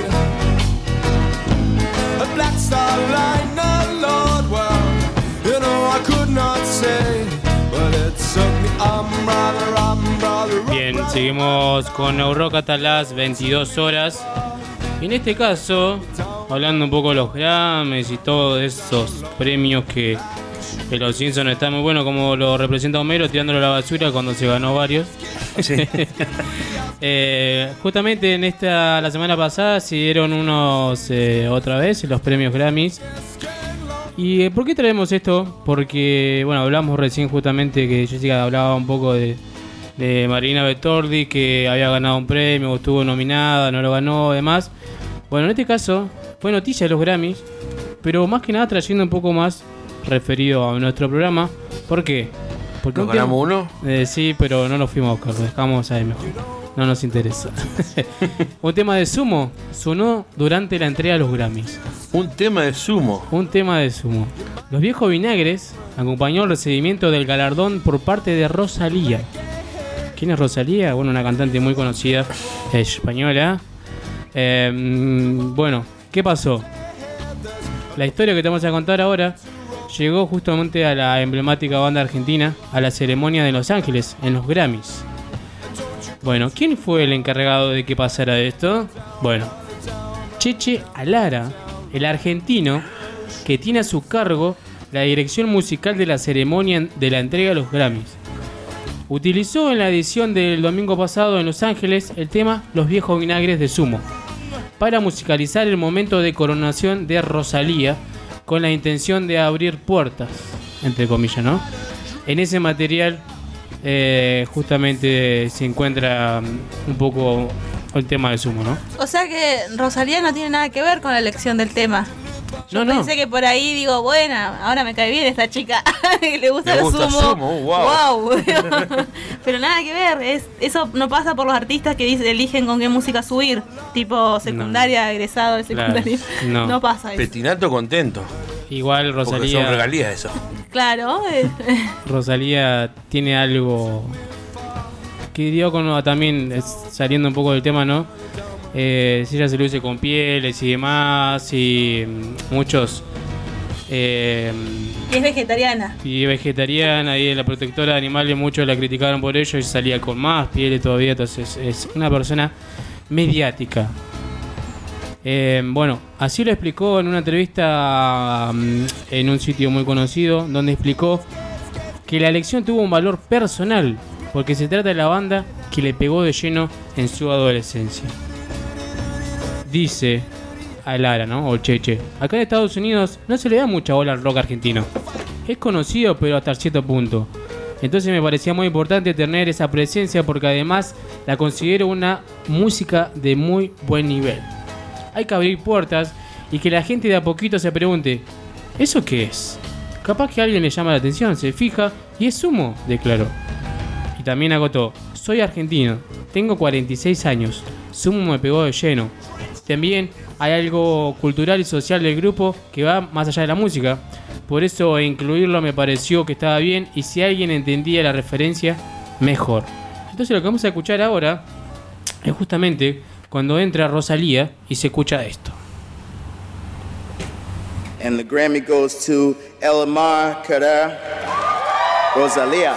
A black star liner, Lord, well, you know I could not say, but it took me, brother. Bien, seguimos con New Rock hasta las 22 horas. Y en este caso, hablando un poco de los Grammys y todos esos premios que los Simpsons están muy buenos, como lo representa Homero tirándolo a la basura cuando se ganó varios. Sí. Justamente en la semana pasada se dieron unos otra vez los premios Grammys. ¿Y por qué traemos esto? Porque, bueno, hablamos recién justamente que Jessica hablaba un poco de Marina Bertoldi, que había ganado un premio, estuvo nominada, no lo ganó, demás. Bueno, en este caso fue noticia de los Grammys, pero más que nada trayendo un poco más referido a nuestro programa. ¿Por qué? Porque ¿Nos ganamos uno? Sí, pero no lo fuimos a buscar, lo dejamos ahí mejor. No nos interesa. Un tema de Sumo sonó durante la entrega de los Grammys. Un tema de Sumo. Un tema de Sumo. Los Viejos Vinagres acompañó el recibimiento del galardón por parte de Rosalía. ¿Quién es Rosalía? Bueno, una cantante muy conocida española. Bueno, ¿qué pasó? La historia que te vamos a contar ahora llegó justamente a la emblemática banda argentina a la ceremonia de Los Ángeles en los Grammys. Bueno, ¿quién fue el encargado de que pasara esto? Bueno, Cheche Alara, el argentino que tiene a su cargo la dirección musical de la ceremonia de la entrega de los Grammys. Utilizó en la edición del domingo pasado en Los Ángeles el tema Los Viejos Vinagres de Sumo para musicalizar el momento de coronación de Rosalía con la intención de abrir puertas, entre comillas, ¿no? En ese material justamente se encuentra un poco el tema de Sumo, ¿no? O sea que Rosalía no tiene nada que ver con la elección del tema. Yo pensé que por ahí digo, bueno, ahora me cae bien esta chica que le gusta el Sumo. Wow. Pero nada que ver, eso no pasa por los artistas que eligen con qué música subir, tipo secundaria, egresado de secundaria. Claro, no pasa eso. Petinato contento. Igual Rosalía. Porque son regalías eso. Claro. Rosalía tiene algo que dio con también saliendo un poco del tema, ¿no? Si ella se luce con pieles y demás, y muchos. Y es vegetariana. Y vegetariana, y la protectora de animales, muchos la criticaron por ello y salía con más pieles todavía. Entonces es una persona mediática. Bueno, así lo explicó en una entrevista en un sitio muy conocido, donde explicó que la elección tuvo un valor personal, porque se trata de la banda que le pegó de lleno en su adolescencia. Dice a Lara, ¿no? O Cheche. Acá en Estados Unidos no se le da mucha bola al rock argentino. Es conocido, pero hasta cierto punto. Entonces me parecía muy importante tener esa presencia, porque además la considero una música de muy buen nivel. Hay que abrir puertas y que la gente de a poquito se pregunte, ¿eso qué es? Capaz que a alguien le llama la atención, se fija y es Sumo, declaró. Y también agotó: soy argentino, tengo 46 años, Sumo me pegó de lleno. También hay algo cultural y social del grupo que va más allá de la música. Por eso incluirlo me pareció que estaba bien, y si alguien entendía la referencia, mejor. Entonces lo que vamos a escuchar ahora es justamente cuando entra Rosalía y se escucha esto. And the Grammy goes to Elmar Carrera, Rosalía.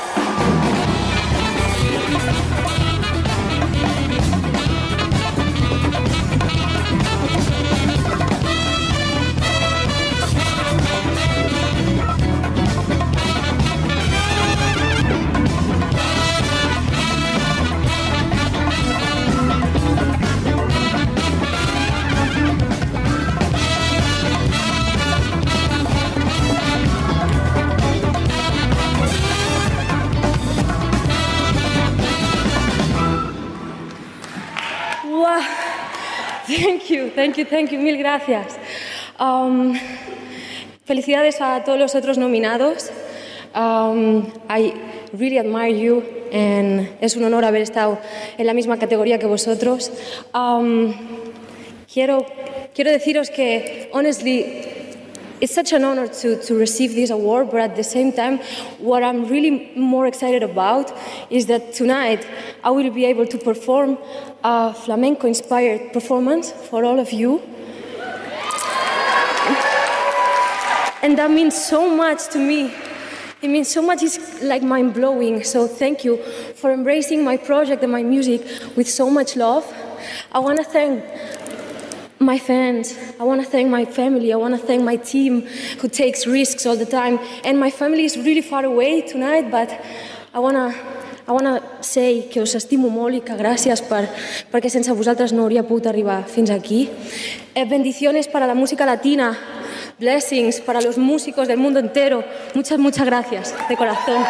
Thank you, mil gracias. Felicidades a todos los otros nominados. I really admire you, and es un honor haber estado en la misma categoría que vosotros. Quiero deciros que, honestly, it's such an honor to receive this award, but at the same time, what I'm really more excited about is that tonight I will be able to perform a flamenco-inspired performance for all of you. And that means so much to me. It means so much, it's like mind-blowing. So thank you for embracing my project and my music with so much love. I want to thank my fans, I want to thank my family, I want to thank my team who takes risks all the time. And my family is really far away tonight, but I want to say que us estimo molt i que gràcies perquè sense vosaltres no hauria pogut arribar fins aquí. Bendiciones para la música latina, blessings para los músicos del mundo entero. Muchas, muchas gracias, de corazón.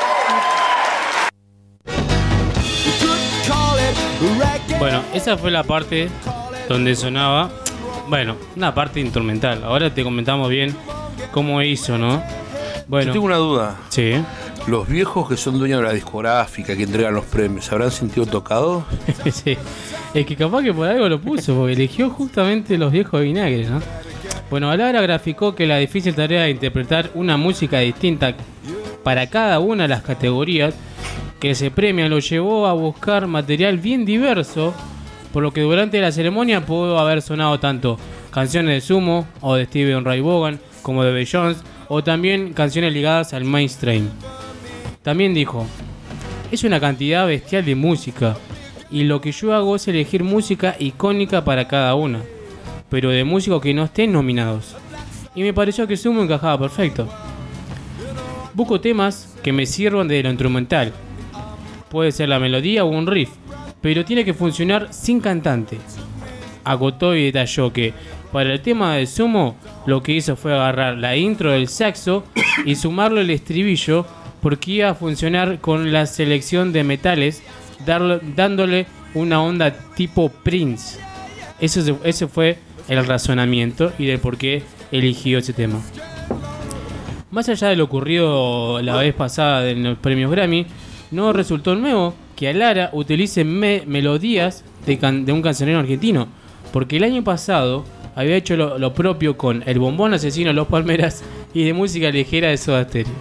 Bueno, esa fue la parte donde sonaba, bueno, una parte instrumental. Ahora te comentamos bien cómo hizo, ¿no? Bueno. Yo tengo una duda. Sí. ¿Los viejos que son dueños de la discográfica, que entregan los premios, ¿se habrán sentido tocados? Sí. Es que capaz que por algo lo puso, porque eligió justamente Los Viejos de Vinagre, ¿no? Bueno, Alara graficó que la difícil tarea de interpretar una música distinta para cada una de las categorías que se premian lo llevó a buscar material bien diverso, por lo que durante la ceremonia pudo haber sonado tanto canciones de Sumo o de Stevie Ray Vaughan como de Beyoncé, o también canciones ligadas al mainstream. También dijo: es una cantidad bestial de música y lo que yo hago es elegir música icónica para cada una, pero de músicos que no estén nominados. Y me pareció que Sumo encajaba perfecto. Busco temas que me sirvan de lo instrumental. Puede ser la melodía o un riff, pero tiene que funcionar sin cantante. Agotó y detalló que para el tema de Sumo lo que hizo fue agarrar la intro del saxo y sumarle el estribillo, porque iba a funcionar con la selección de metales, dándole una onda tipo Prince. Ese fue el razonamiento y del por qué eligió ese tema. Más allá de lo ocurrido la vez pasada en los premios Grammy, no resultó nuevo que Alara utilice melodías de un cancionero argentino, porque el año pasado había hecho lo propio con El Bombón Asesino, Los Palmeras y de música ligera de Soda Stereo.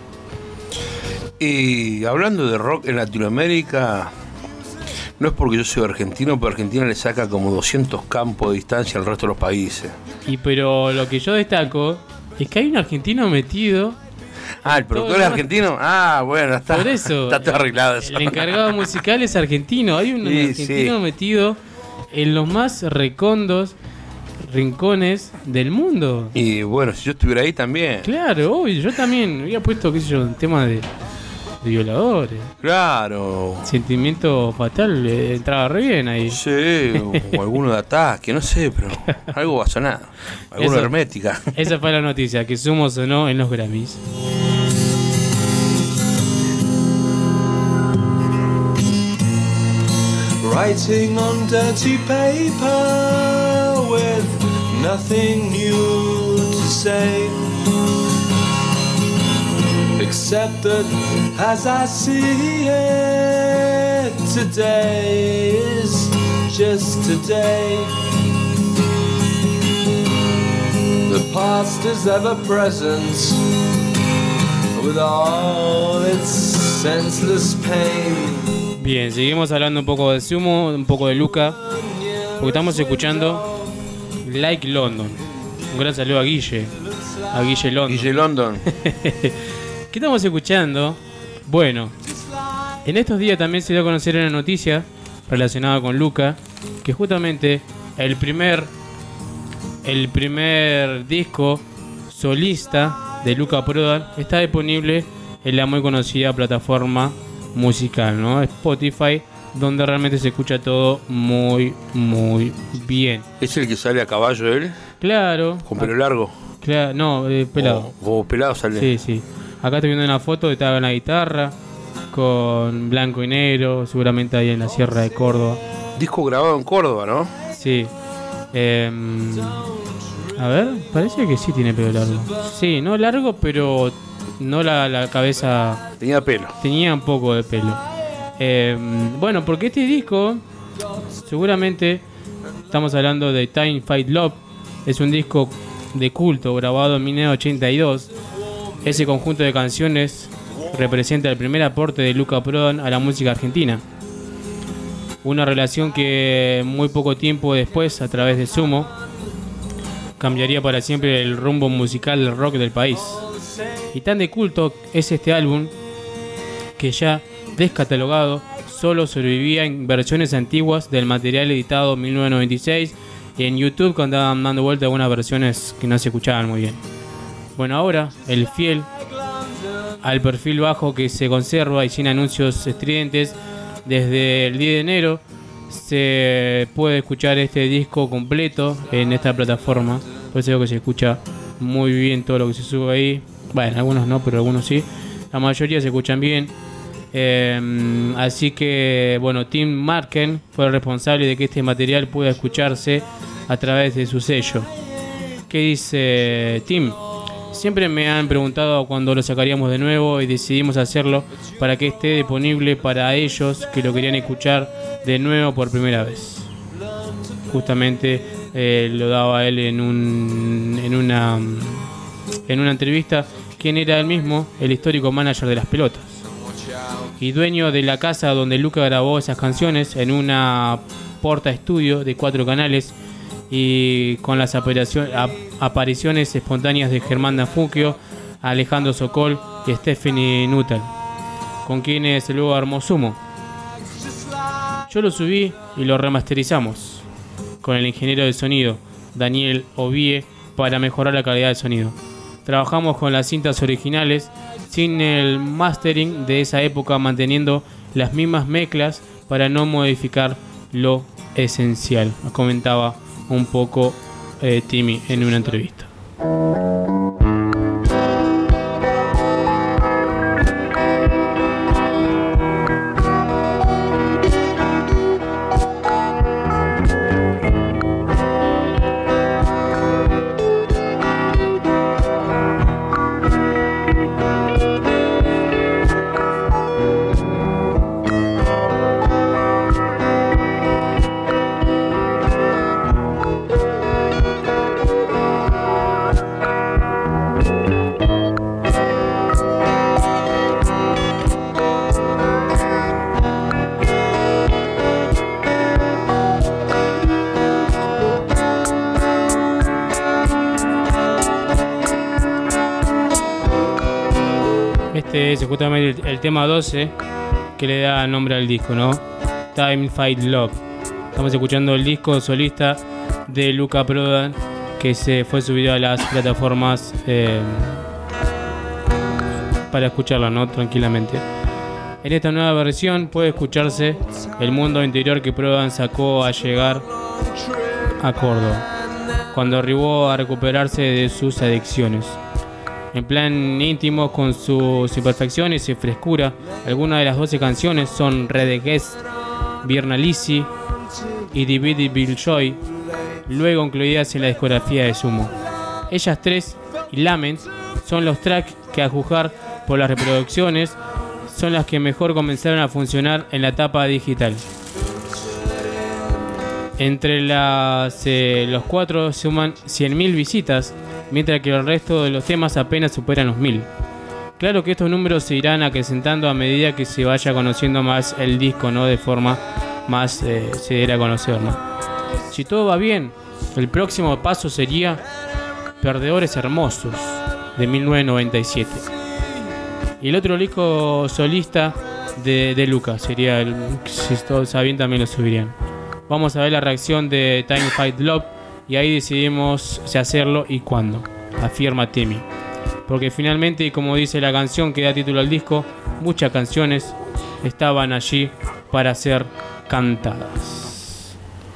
Y hablando de rock en Latinoamérica, no es porque yo soy argentino, pero Argentina le saca como 200 campos de distancia al resto de los países. Pero lo que yo destaco es que hay un argentino metido. Ah, ¿el productor es argentino? Ah, bueno, está, por eso, está todo arreglado eso. El encargado musical es argentino. Hay un argentino metido en los más rincones del mundo. Y bueno, si yo estuviera ahí también. Claro, obvio, yo también había puesto, qué sé yo, un tema de violadores. Claro. Sentimiento fatal, entraba re bien ahí. Sí, o alguno de ataque, no sé, pero algo va a sonar. Alguna hermética. Esa fue la noticia, que Sumo sonó en los Grammys. Writing on dirty paper with nothing new to say. accepted as I see it. Today is just today. The past is ever present with all its senseless pain. Bien, seguimos hablando un poco de Sumo, un poco de Luca, porque estamos escuchando Like London. Un gran saludo a Guille London. Guille London. ¿Qué estamos escuchando? Bueno, en estos días también se dio a conocer una noticia relacionada con Luca, que justamente el primer disco solista de Luca Prodan está disponible en la muy conocida plataforma musical, ¿no? Spotify, donde realmente se escucha todo muy, muy bien. ¿Es el que sale a caballo él? Claro. ¿Con pelo largo? Claro, no, pelado. O pelado sale. Sí, sí. Acá estoy viendo una foto de estaba en la guitarra, con blanco y negro, seguramente ahí en la Sierra de Córdoba. Disco grabado en Córdoba, ¿no? Sí. A ver, parece que sí tiene pelo largo. Sí, no largo, pero no la cabeza. Tenía pelo. Tenía un poco de pelo. Bueno, porque este disco, seguramente estamos hablando de Time Fight Love. Es un disco de culto grabado en 1982. Ese conjunto de canciones representa el primer aporte de Luca Prodan a la música argentina. Una relación que muy poco tiempo después, a través de Sumo, cambiaría para siempre el rumbo musical del rock del país. Y tan de culto es este álbum que ya descatalogado solo sobrevivía en versiones antiguas del material editado en 1996 y en YouTube, cuando andaban dando vuelta algunas versiones que no se escuchaban muy bien. Bueno, ahora el fiel al perfil bajo que se conserva y sin anuncios estridentes, desde el 10 de enero se puede escuchar este disco completo en esta plataforma. Por eso digo que se escucha muy bien todo lo que se sube ahí. Bueno, algunos no, pero algunos sí. La mayoría se escuchan bien. Así que, bueno, Tim Marken fue el responsable de que este material pueda escucharse a través de su sello. ¿Qué dice Tim? Siempre me han preguntado cuándo lo sacaríamos de nuevo y decidimos hacerlo para que esté disponible para ellos que lo querían escuchar de nuevo por primera vez. Justamente lo daba él en una entrevista, quien era él mismo, el histórico manager de Las Pelotas y dueño de la casa donde Luca grabó esas canciones, en una porta estudio de 4 canales y con las apariciones espontáneas de Germán Dafuquio, Alejandro Sokol y Stephanie Nuttall, con quienes luego armó Sumo. Yo lo subí y lo remasterizamos con el ingeniero de sonido Daniel Ovie para mejorar la calidad del sonido. Trabajamos con las cintas originales sin el mastering de esa época, manteniendo las mismas mezclas para no modificar lo esencial, comentaba un poco Timmy en una entrevista. Este es justamente el tema 12 que le da nombre al disco, ¿no? Time Fight Love. Estamos escuchando el disco solista de Luca Prodan, que se fue subido a las plataformas para escucharla, ¿no? Tranquilamente. En esta nueva versión puede escucharse el mundo interior que Prodan sacó al llegar a Córdoba, cuando arribó a recuperarse de sus adicciones. En plan íntimo, con sus imperfecciones y frescura, algunas de las 12 canciones son Redeguest, Viernalisi y Dividi Joy, luego incluidas en la discografía de Sumo. Ellas tres y Laments son los tracks que, a juzgar por las reproducciones son las que mejor comenzaron a funcionar en la etapa digital. Entre los 4 suman 100.000 visitas, mientras que el resto de los temas apenas superan los 1.000. Claro que estos números se irán acrecentando a medida que se vaya conociendo más el disco, ¿no? De forma más se diera a conocer, ¿no? Si todo va bien, el próximo paso sería Perdedores Hermosos, de 1997. Y el otro disco solista de Lucas sería si todo está bien también lo subirían. Vamos a ver la reacción de Time Fight Love y ahí decidimos si hacerlo y cuándo, afirma Timmy. Porque finalmente, como dice la canción que da título al disco, muchas canciones estaban allí para ser cantadas.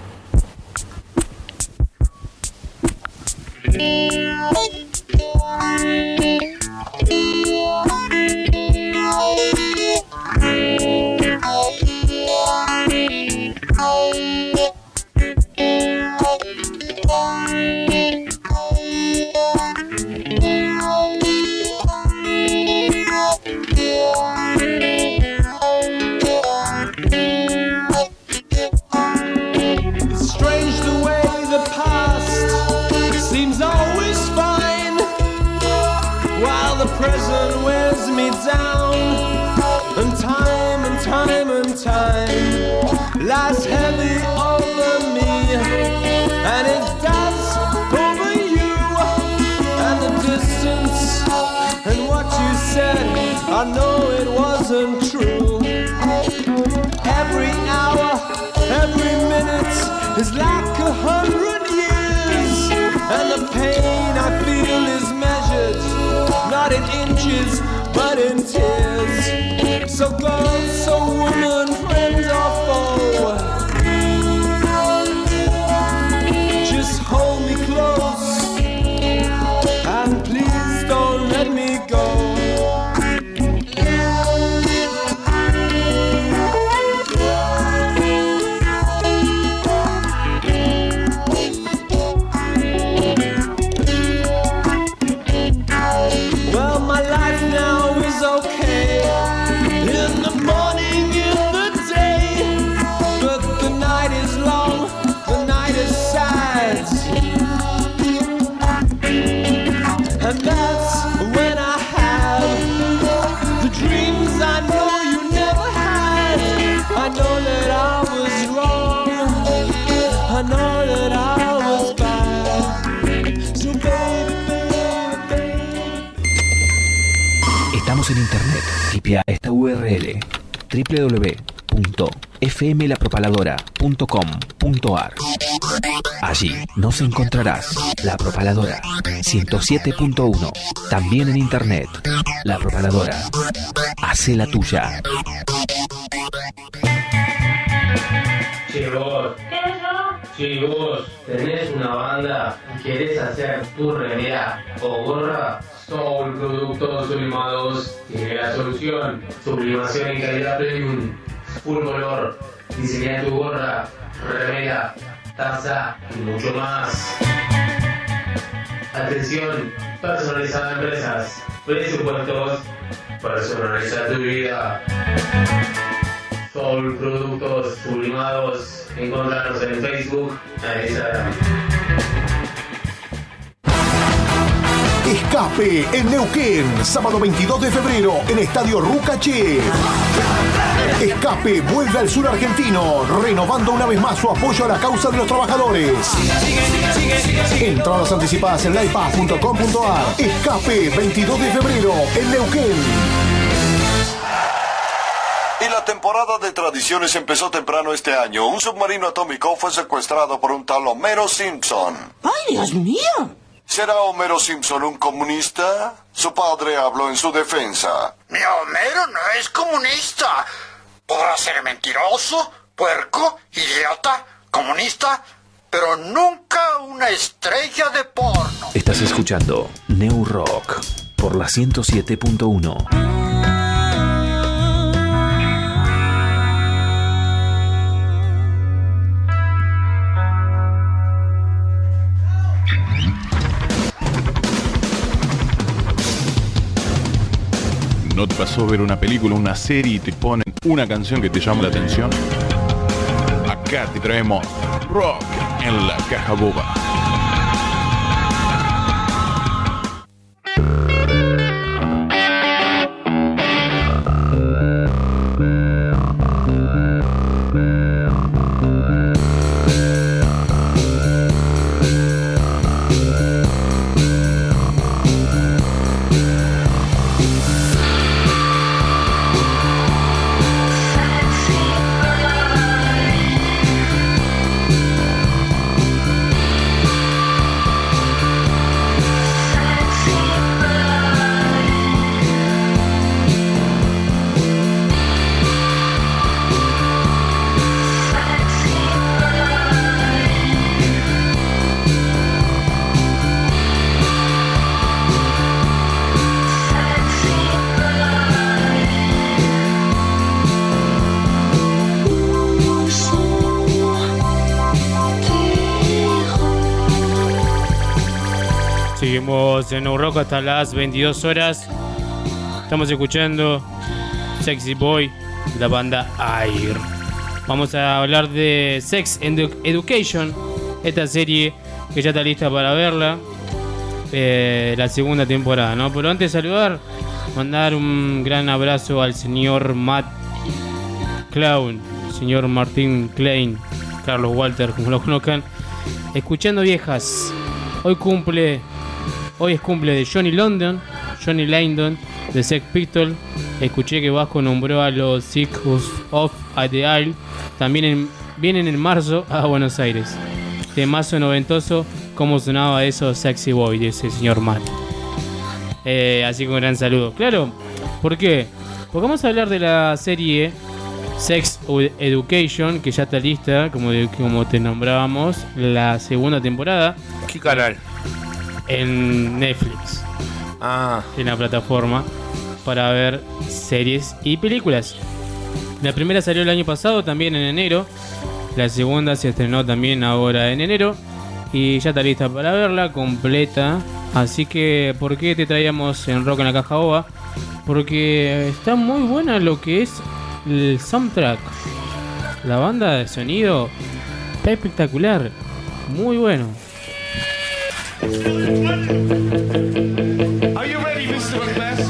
Present wears me down, and time lies heavy over me, and it does over you, and the distance, and what you said, I know it wasn't true. Every hour, every minute is like 100 years, and the pain I feel is measured not in inches, but in tears. So girl, so woman, friend or foe, just hold me close, and please don't let me go. And that's when I have the dreams I know you never had. I know that I was wrong, I know that I was bad. So baby, baby. Estamos en internet. Tipea esta URL: www.fmlapropaladora.com.ar. Allí nos encontrarás La Propaladora 107.1. También en internet. La Propaladora. Hace la tuya. Che vos. Si vos tenés una banda y querés hacer tu remera o gorra, Soul Productos Sublimados tiene la solución. Sublimación en calidad premium, full color. Diseña tu gorra, remera, taza y mucho más. Atención, personalizada a empresas, presupuestos, personaliza tu vida. Soul Productos Sublimados, encontrarnos en Facebook, en Instagram. Escape en Neuquén, sábado 22 de febrero en Estadio Rucaché. Escape vuelve al sur argentino, renovando una vez más su apoyo a la causa de los trabajadores. Entradas anticipadas en livepass.com.ar. Escape 22 de febrero en Neuquén. Y la temporada de tradiciones empezó temprano este año. Un submarino atómico fue secuestrado por un tal Homero Simpson. ¡Ay, Dios mío! ¿Será Homero Simpson un comunista? Su padre habló en su defensa. Mi Homero no es comunista. Podrá ser mentiroso, puerco, idiota, comunista, pero nunca una estrella de porno. Estás escuchando New Rock por la 107.1. ¿No te pasó ver una película, una serie y te ponen una canción que te llama la atención? Acá te traemos Rock en la Caja Boba. Seguimos en No Rock hasta las 22 horas. Estamos escuchando Sexy Boy, la banda Air. Vamos a hablar de Sex Education, esta serie que ya está lista para verla, la segunda temporada, ¿no? Pero antes de saludar, mandar un gran abrazo al señor Matt Clown, señor Martín Klein, Carlos Walter, como lo conozcan. Escuchando viejas, hoy es cumple de Johnny London de Sex Pistols. Escuché que Vasco nombró a los Circus of the Isle. También vienen en marzo a Buenos Aires. Temazo noventoso, como sonaba eso Sexy Boy de ese señor Matt. Así que un gran saludo. Claro, ¿por qué? Porque vamos a hablar de la serie Sex Education, que ya está lista, como te nombrábamos, la segunda temporada. ¿Qué canal? En Netflix. En la plataforma para ver series y películas. La primera salió el año pasado, también en enero. La segunda se estrenó también ahora en enero. Y ya está lista para verla completa. Así que, ¿por qué te traíamos en Rock en la Caja Boba? Porque está muy buena lo que es el soundtrack. La banda de sonido está espectacular. Muy bueno. Are you ready, Mr. McBeth?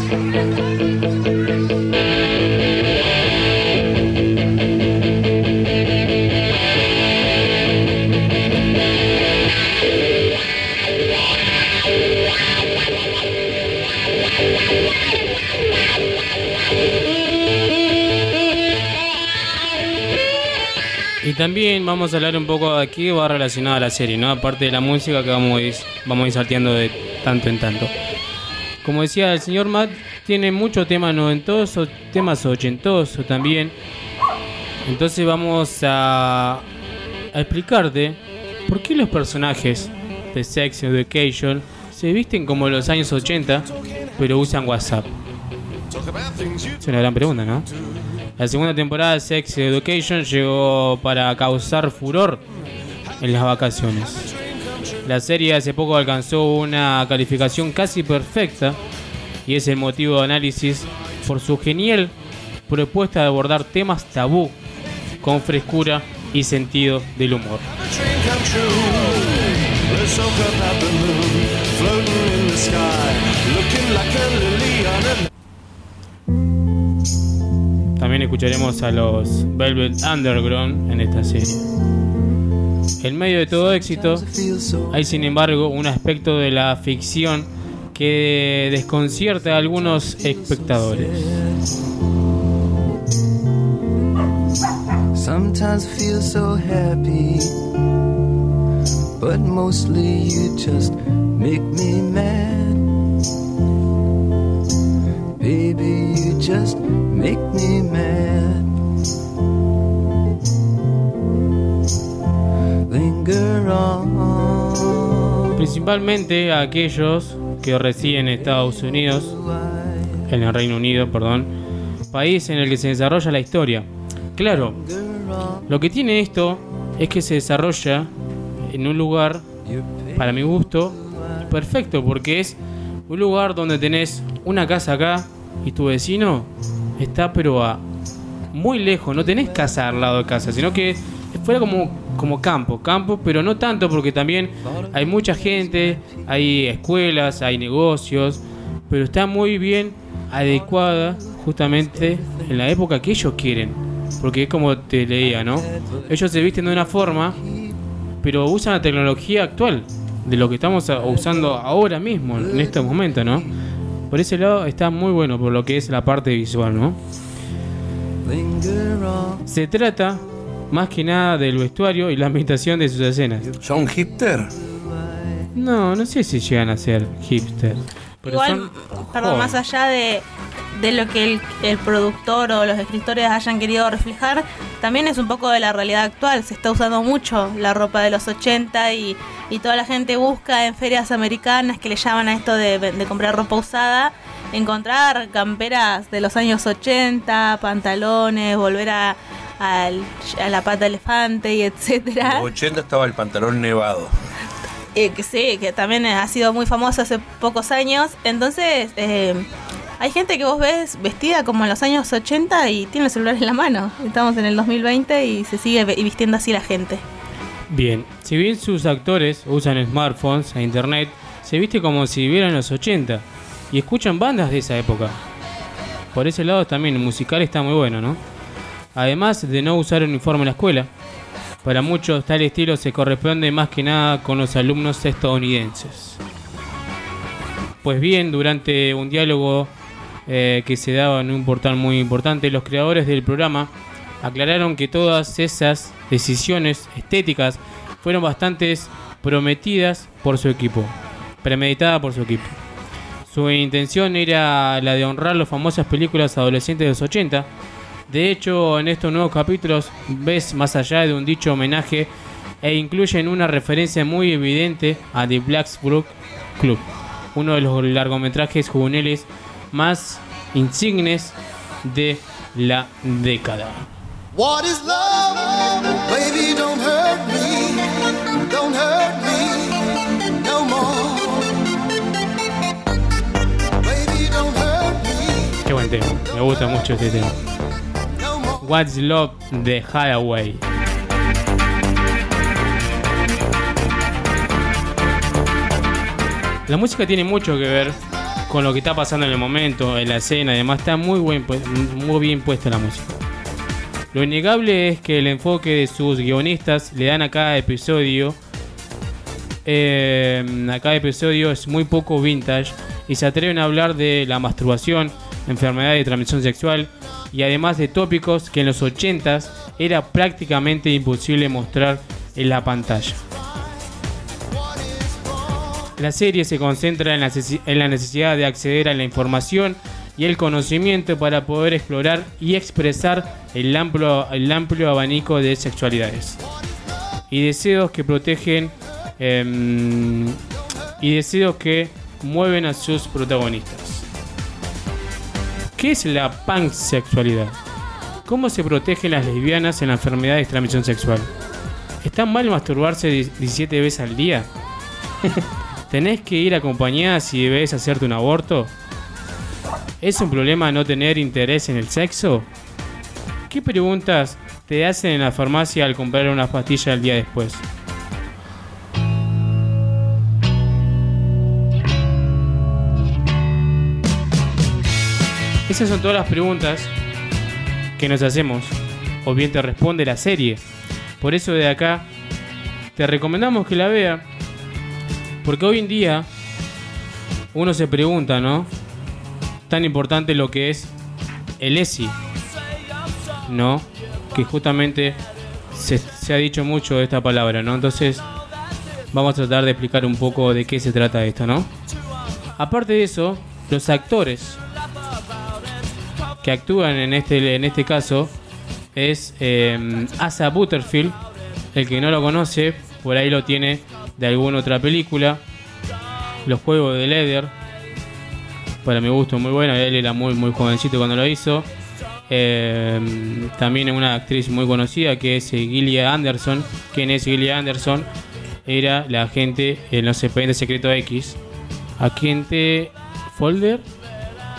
Y también vamos a hablar un poco de qué va relacionado a la serie, ¿no? Aparte de la música que vamos a ir salteando de tanto en tanto. Como decía el señor Matt, tiene muchos temas noventosos, temas ochentosos también. Entonces vamos a explicarte por qué los personajes de Sex Education se visten como los años 80, pero usan WhatsApp. Es una gran pregunta, ¿no? La segunda temporada de Sex Education llegó para causar furor en las vacaciones. La serie hace poco alcanzó una calificación casi perfecta y es el motivo de análisis por su genial propuesta de abordar temas tabú con frescura y sentido del humor. También escucharemos a los Velvet Underground en esta serie. En medio de todo éxito, hay sin embargo un aspecto de la ficción que desconcierta a algunos espectadores. Sometimes I feel so happy, but mostly you just make me mad. Baby, you just make me mad. Linger on. Principalmente a aquellos que residen en Estados Unidos, en el Reino Unido, perdón, país en el que se desarrolla la historia. Claro, lo que tiene esto es que se desarrolla en un lugar, para mi gusto, perfecto, porque es un lugar donde tenés una casa acá, y tu vecino está pero a muy lejos, no tenés casa al lado de casa, sino que fuera como campo, pero no tanto porque también hay mucha gente, hay escuelas, hay negocios, pero está muy bien adecuada justamente en la época que ellos quieren, porque es como te leía, ¿no? Ellos se visten de una forma, pero usan la tecnología actual de lo que estamos usando ahora mismo, en estos momentos, ¿no? Por ese lado está muy bueno por lo que es la parte visual, ¿no? Se trata más que nada del vestuario y la ambientación de sus escenas. ¿Son hipster? No sé si llegan a ser hipster. Pero igual, perdón, más allá de lo que el productor o los escritores hayan querido reflejar, también es un poco de la realidad actual. Se está usando mucho la ropa de los 80 y toda la gente busca en ferias americanas, que le llaman a esto de comprar ropa usada, encontrar camperas de los años 80, pantalones, volver a la pata de elefante y etcétera. En los 80 estaba el pantalón nevado. Que sí, que también ha sido muy famoso hace pocos años. Entonces, hay gente que vos ves vestida como en los años 80 y tiene el celular en la mano. Estamos en el 2020 y se sigue vistiendo así la gente. Bien, si bien sus actores usan smartphones e internet, se viste como si vivieran los 80 y escuchan bandas de esa época. Por ese lado también el musical está muy bueno, ¿no? Además de no usar uniforme en la escuela, para muchos tal estilo se corresponde más que nada con los alumnos estadounidenses. Pues bien, durante un diálogo que se daba en un portal muy importante, los creadores del programa aclararon que todas esas decisiones estéticas fueron bastante prometidas por su equipo, premeditadas por su equipo. Su intención era la de honrar las famosas películas adolescentes de los 80. De hecho, en estos nuevos capítulos ves más allá de un dicho homenaje e incluyen una referencia muy evidente a The Blacksburg Club, uno de los largometrajes juveniles más insignes de la década. What is love? Baby, don't hurt me no more. Baby, don't hurt me. Qué buen tema, me gusta mucho este tema. What's Love de Hathaway. La música tiene mucho que ver con lo que está pasando en el momento, en la escena, además está muy bien puesta la música. Lo innegable es que el enfoque de sus guionistas le dan a cada episodio es muy poco vintage y se atreven a hablar de la masturbación, enfermedad de transmisión sexual y además de tópicos que en los 80s era prácticamente imposible mostrar en la pantalla. La serie se concentra en la necesidad de acceder a la información y el conocimiento para poder explorar y expresar el amplio abanico de sexualidades y deseos que protegen y deseos que mueven a sus protagonistas. ¿Qué es la pansexualidad? ¿Cómo se protegen las lesbianas en la enfermedad de transmisión sexual? ¿Está mal masturbarse 17 veces al día? ¿Tenés que ir acompañada si debes hacerte un aborto? ¿Es un problema no tener interés en el sexo? ¿Qué preguntas te hacen en la farmacia al comprar unas pastillas el día después? Esas son todas las preguntas que nos hacemos, o bien te responde la serie. Por eso de acá te recomendamos que la veas, porque hoy en día uno se pregunta, ¿no? Tan importante lo que es el ESI, ¿no? Que justamente se ha dicho mucho de esta palabra, ¿no? Entonces vamos a tratar de explicar un poco de qué se trata esto, ¿no? Aparte de eso, los actores que actúan en este caso es Asa Butterfield. El que no lo conoce, por ahí lo tiene de alguna otra película. Los Juegos de Leather, para mi gusto muy bueno. Él era muy jovencito cuando lo hizo. También es una actriz muy conocida que es Gillian Anderson. ¿Quién es Gillian Anderson? Era la agente en los Expedientes Secretos X, agente Folder,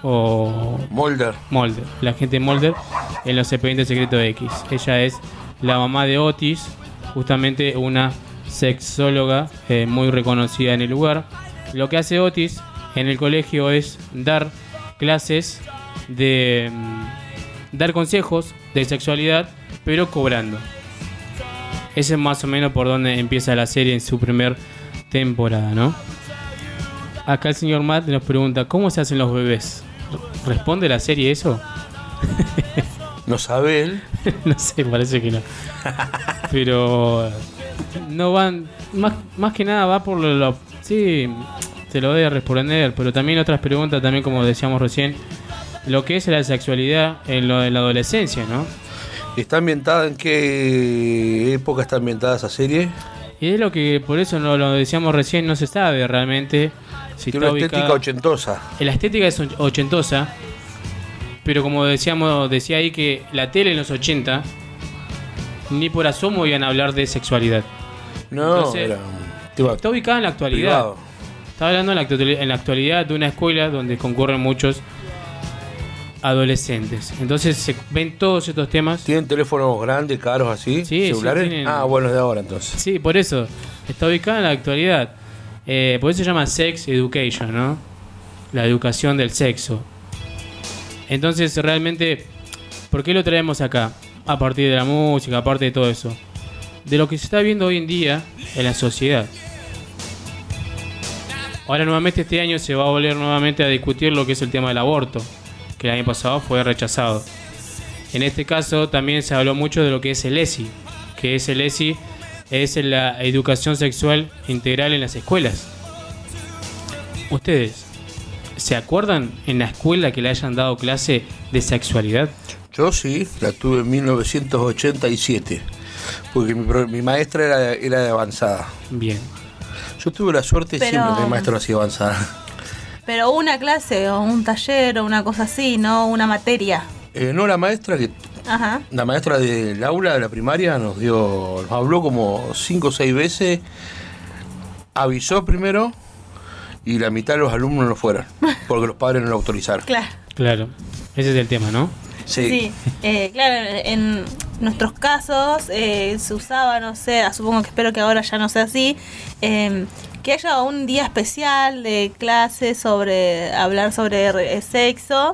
o Mulder, la agente Mulder en Los Expedientes Secretos X. Ella es la mamá de Otis, justamente una sexóloga muy reconocida en el lugar. Lo que hace Otis en el colegio es dar clases de dar consejos de sexualidad, pero cobrando. Ese es más o menos por donde empieza la serie en su primer temporada, ¿no? Acá el señor Matt nos pregunta, ¿cómo se hacen los bebés? ¿Responde la serie eso? ¿No sabe él? No sé, parece que no. Pero no van, más que nada va por lo sí, te lo voy a responder, pero también otras preguntas, también como decíamos recién, lo que es la sexualidad en lo de la adolescencia, ¿no? ¿Está ambientada en qué época está ambientada esa serie? Y es lo que, por eso no lo decíamos recién, no se sabe realmente si tiene está una estética ochentosa. La estética es ochentosa, pero como decía ahí que la tele en los 80 ni por asomo iban a hablar de sexualidad. No, entonces, está ubicada en la actualidad. Privado. Está hablando en la actualidad de una escuela donde concurren muchos adolescentes. Entonces se ven todos estos temas. ¿Tienen teléfonos grandes, caros así? Sí, ¿celulares? Sí, tienen... Ah, bueno, es de ahora entonces. Sí, por eso. Está ubicada en la actualidad. Por eso se llama Sex Education, ¿no? La educación del sexo. Entonces, realmente, ¿por qué lo traemos acá? A partir de la música, aparte de todo eso. De lo que se está viendo hoy en día en la sociedad. Ahora nuevamente este año se va a volver nuevamente a discutir lo que es el tema del aborto, que el año pasado fue rechazado. En este caso también se habló mucho de lo que es el ESI, que es el ESI, es la educación sexual integral en las escuelas. ¿Ustedes se acuerdan en la escuela que le hayan dado clase de sexualidad? Yo sí, la tuve en 1987, porque mi maestra era de avanzada. Bien. Yo tuve la suerte Pero... siempre de tener maestros así avanzada. Pero una clase o un taller o una cosa así, no una materia. No, la maestra Ajá. La maestra del aula de la primaria nos habló como 5 o 6 veces, avisó primero y la mitad de los alumnos no fueron, porque los padres no lo autorizaron. Claro, ese es el tema, ¿no? Sí. Claro, en nuestros casos se usaba, no sé, supongo que espero que ahora ya no sea así, que haya un día especial de clases hablar sobre sexo,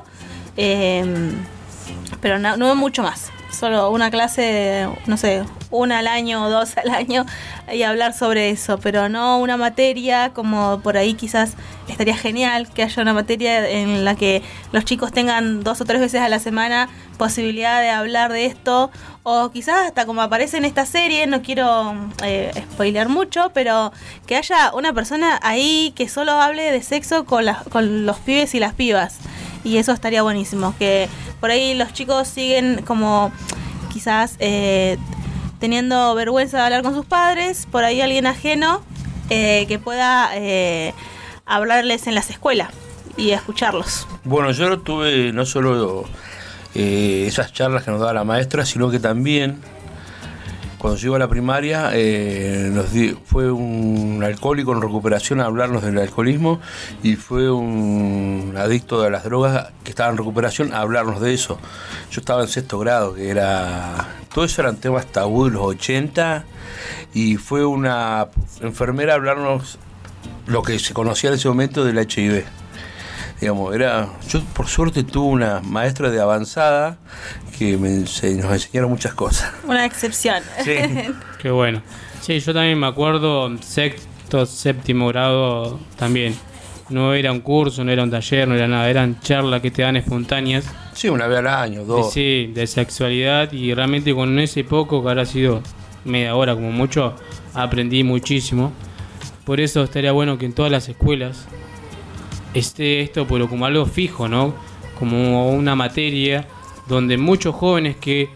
pero no mucho más. Solo una clase, no sé, una al año o 2 al año y hablar sobre eso, pero no una materia como por ahí. Quizás estaría genial que haya una materia en la que los chicos tengan 2 o 3 veces a la semana posibilidad de hablar de esto, o quizás hasta como aparece en esta serie, no quiero spoilear mucho, pero que haya una persona ahí que solo hable de sexo con los pibes y las pibas. Y eso estaría buenísimo, que por ahí los chicos siguen como quizás teniendo vergüenza de hablar con sus padres, por ahí alguien ajeno que pueda hablarles en las escuelas y escucharlos. Bueno, yo tuve no solo esas charlas que nos daba la maestra, sino que también cuando yo iba a la primaria fue un alcohólico en recuperación a hablarnos del alcoholismo, y fue un adicto de las drogas que estaba en recuperación a hablarnos de eso. Yo estaba en 6º grado, que era... Todo eso eran temas tabú de los 80, y fue una enfermera a hablarnos lo que se conocía en ese momento del HIV. Digamos, yo por suerte tuve una maestra de avanzada que nos enseñaron muchas cosas. Una excepción. Sí. Qué bueno. Sí, yo también me acuerdo, 6º, 7º grado también. No era un curso, no era un taller, no era nada, eran charlas que te dan espontáneas. Sí, una vez al año, 2. Sí, de sexualidad, y realmente con ese poco, que habrá sido media hora como mucho, aprendí muchísimo. Por eso estaría bueno que en todas las escuelas esté esto, pero como algo fijo, ¿no? Como una materia donde muchos jóvenes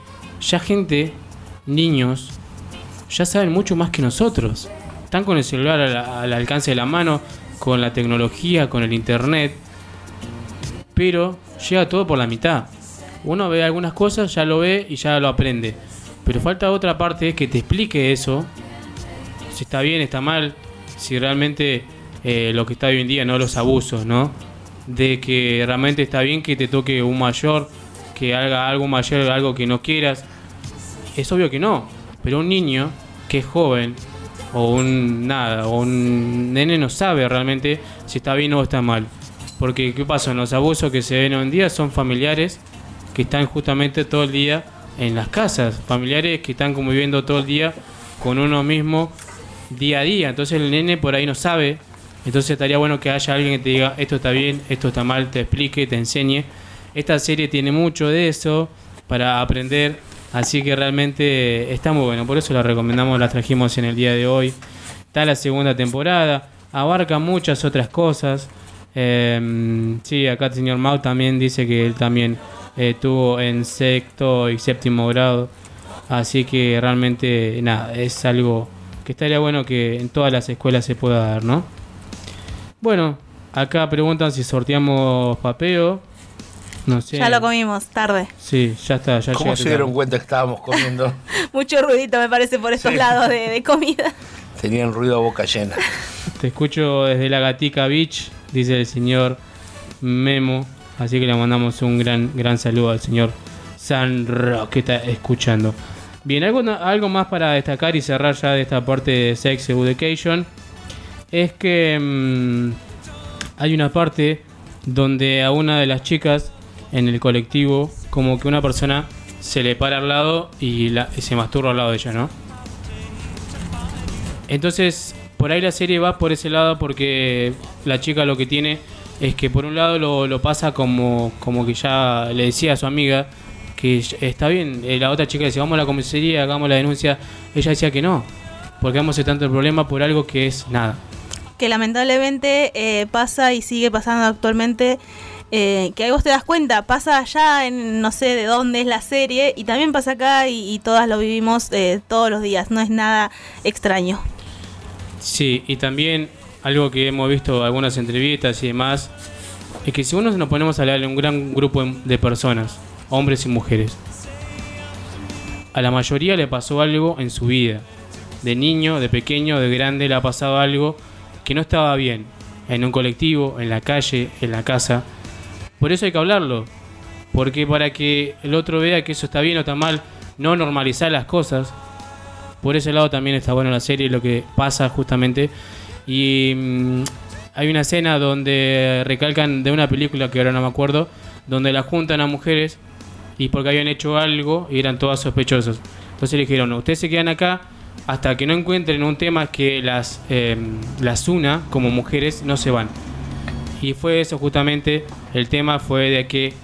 niños, ya saben mucho más que nosotros. Están con el celular al alcance de la mano, con la tecnología, con el internet, pero llega todo por la mitad. Uno ve algunas cosas, ya lo ve y ya lo aprende, pero falta otra parte que te explique eso, si está bien, está mal, si realmente lo que está hoy en día, no los abusos, ¿no? de que realmente está bien que te toque un mayor, que haga algo mayor, algo que no quieras. Es obvio que no, pero un niño que es joven o un nene no sabe realmente si está bien o está mal. Porque ¿qué pasa? Los abusos que se ven hoy en día son familiares que están justamente todo el día en las casas, familiares que están conviviendo todo el día con uno mismo día a día. Entonces el nene por ahí no sabe. Entonces estaría bueno que haya alguien que te diga esto está bien, esto está mal, te explique, te enseñe. Esta serie tiene mucho de eso para aprender, así que realmente está muy bueno. Por eso la recomendamos, la trajimos en el día de hoy. Está la segunda temporada, abarca muchas otras cosas. Sí, acá el señor Mau también dice que él también estuvo en sexto y séptimo grado. Así que realmente nada, es algo que estaría bueno que en todas las escuelas se pueda dar, ¿no? Bueno, acá preguntan si sorteamos papeo. No sé. Ya lo comimos, tarde. Sí, ya está. Ya ¿Cómo se dieron cuenta que estábamos comiendo? Mucho ruidito me parece por estos lados de comida. Tenían ruido a boca llena. Te escucho desde la Gatica Beach, dice el señor Memo. Así que le mandamos un gran saludo al señor Sanro que está escuchando. Bien, algo más para destacar y cerrar ya de esta parte de Sex Education es que hay una parte donde a una de las chicas en el colectivo, como que una persona se le para al lado y se masturba al lado de ella, ¿no? Entonces, por ahí la serie va por ese lado porque la chica lo que tiene es que por un lado lo pasa como que ya le decía a su amiga que está bien. La otra chica decía, vamos a la comisaría, hagamos la denuncia. Ella decía que no, porque vamos a hacer tanto el problema por algo que es nada. Que lamentablemente pasa y sigue pasando actualmente, que ahí vos te das cuenta, pasa allá en no sé de dónde es la serie y también pasa acá y todas lo vivimos todos los días, no es nada extraño. Sí, y también algo que hemos visto en algunas entrevistas y demás, es que si uno nos ponemos a hablar de un gran grupo de personas, hombres y mujeres, a la mayoría le pasó algo en su vida, de niño, de pequeño, de grande, le ha pasado algo que no estaba bien, en un colectivo, en la calle, en la casa. Por eso hay que hablarlo, porque para que el otro vea que eso está bien o está mal, no normalizar las cosas. Por ese lado también está bueno la serie, lo que pasa justamente. Y hay una escena donde recalcan de una película que ahora no me acuerdo, donde la juntan a mujeres y porque habían hecho algo y eran todas sospechosas. Entonces le dijeron, ustedes se quedan acá hasta que no encuentren un tema que las una como mujeres, no se van. Y fue eso justamente, el tema fue de que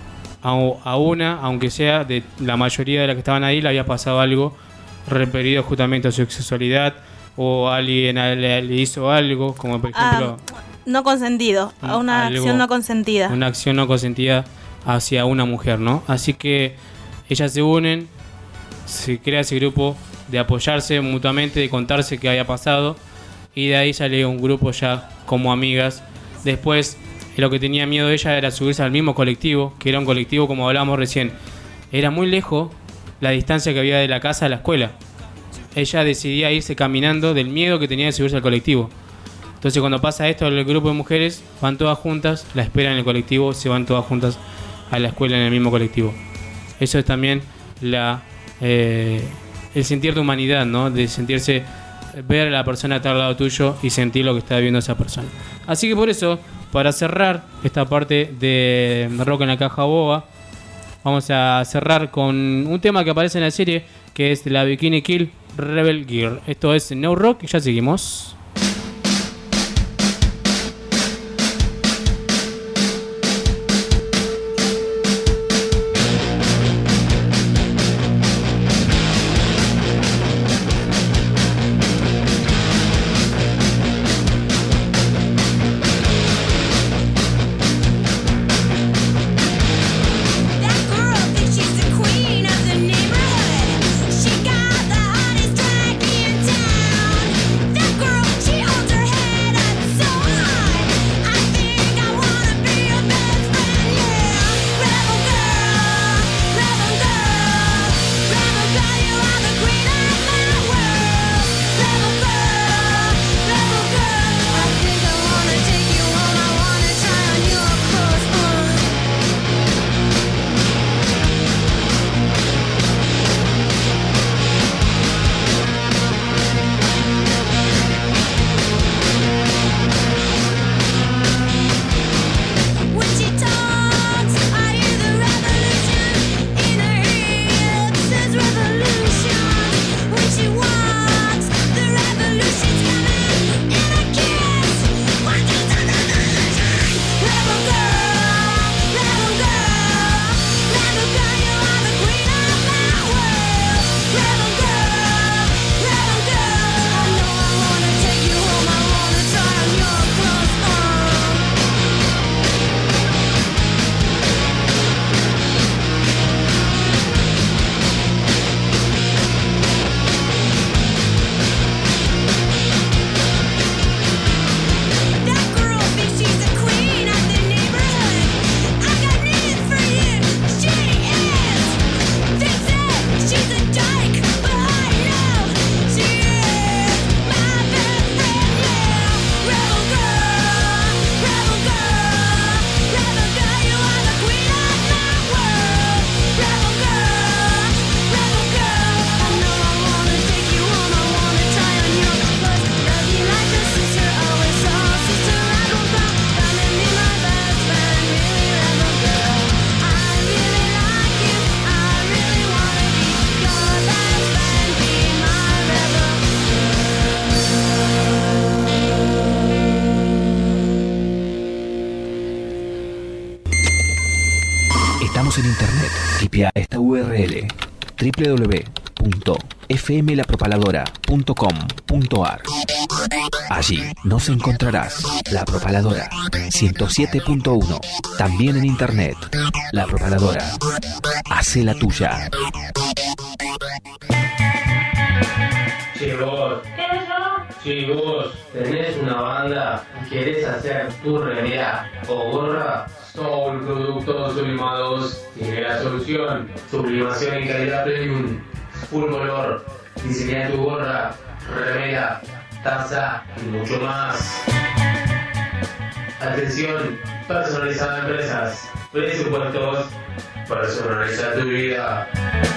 a una, aunque sea de la mayoría de las que estaban ahí, le había pasado algo referido justamente a su sexualidad, o alguien le hizo algo, como por ejemplo no consentido, a una acción no consentida. Una acción no consentida hacia una mujer, ¿no? Así que ellas se unen, se crea ese grupo de apoyarse mutuamente, de contarse qué había pasado, y de ahí sale un grupo ya como amigas. Después, lo que tenía miedo ella era subirse al mismo colectivo, que era un colectivo, como hablábamos recién, era muy lejos la distancia que había de la casa a la escuela. Ella decidía irse caminando del miedo que tenía de subirse al colectivo. Entonces cuando pasa esto, el grupo de mujeres van todas juntas, la esperan en el colectivo, se van todas juntas a la escuela en el mismo colectivo. Eso es también el sentir de humanidad, ¿no? De sentirse, ver a la persona estar al lado tuyo y sentir lo que está viviendo esa persona. Así que por eso, para cerrar esta parte de Rock en la Caja Boba, vamos a cerrar con un tema que aparece en la serie, que es la Bikini Kill Rebel Gear. Esto es No Rock y ya seguimos. She got the hottest track in town. That girl Tipea esta URL: www.fmlapropaladora.com.ar. Allí nos encontrarás La Propaladora 107.1, también en internet. La Propaladora, hace la tuya. Si vos tenés una banda y querés hacer tu remera o gorra, Soul Productos Sublimados tiene la solución. Sublimación en calidad premium, full color. Diseña tu gorra, remera, taza y mucho más. Atención, personalizada empresas, presupuestos, personaliza tu vida.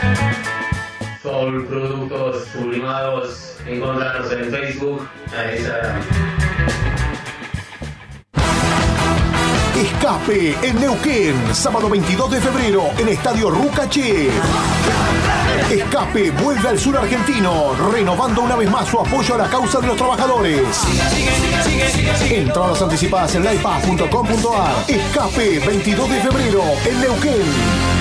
Soul Productos Sublimados. Encontrarnos en Facebook e Instagram. Escape en Neuquén, sábado 22 de febrero en Estadio Rucaché. Escape vuelve al sur argentino, renovando una vez más su apoyo a la causa de los trabajadores. Entradas anticipadas en livepass.com.ar. Escape 22 de febrero en Neuquén.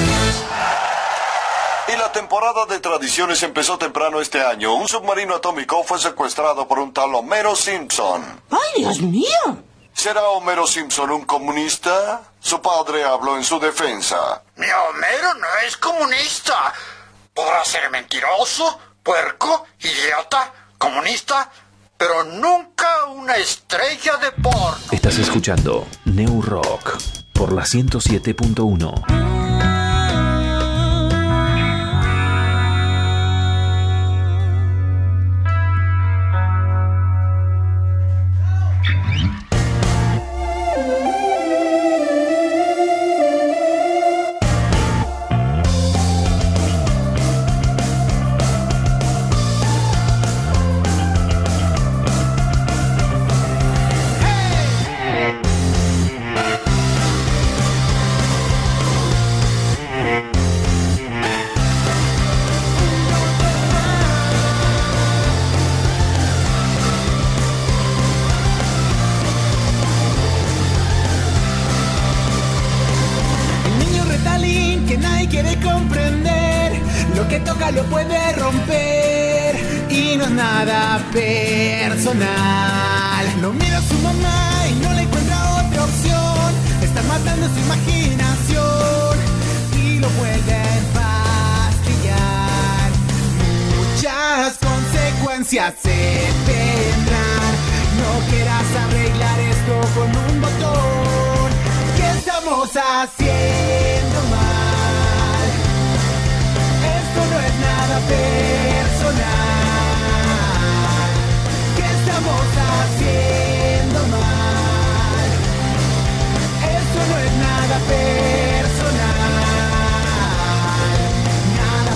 Y la temporada de tradiciones empezó temprano este año. Un submarino atómico fue secuestrado por un tal Homero Simpson. ¡Ay, Dios mío! ¿Será Homero Simpson un comunista? Su padre habló en su defensa. Mi Homero no es comunista. Podrá ser mentiroso, puerco, idiota, comunista, pero nunca una estrella de porno. Estás escuchando New Rock por la 107.1. Lo puede romper y no es nada personal. Lo mira a su mamá y no le encuentra otra opción. Está matando su imaginación y lo vuelve a fastidiar. Muchas consecuencias se tendrán. No quieras arreglar esto con un botón. ¿Qué estamos haciendo mal? Esto no es nada personal. ¿Qué estamos haciendo mal? Esto no es nada personal. Nada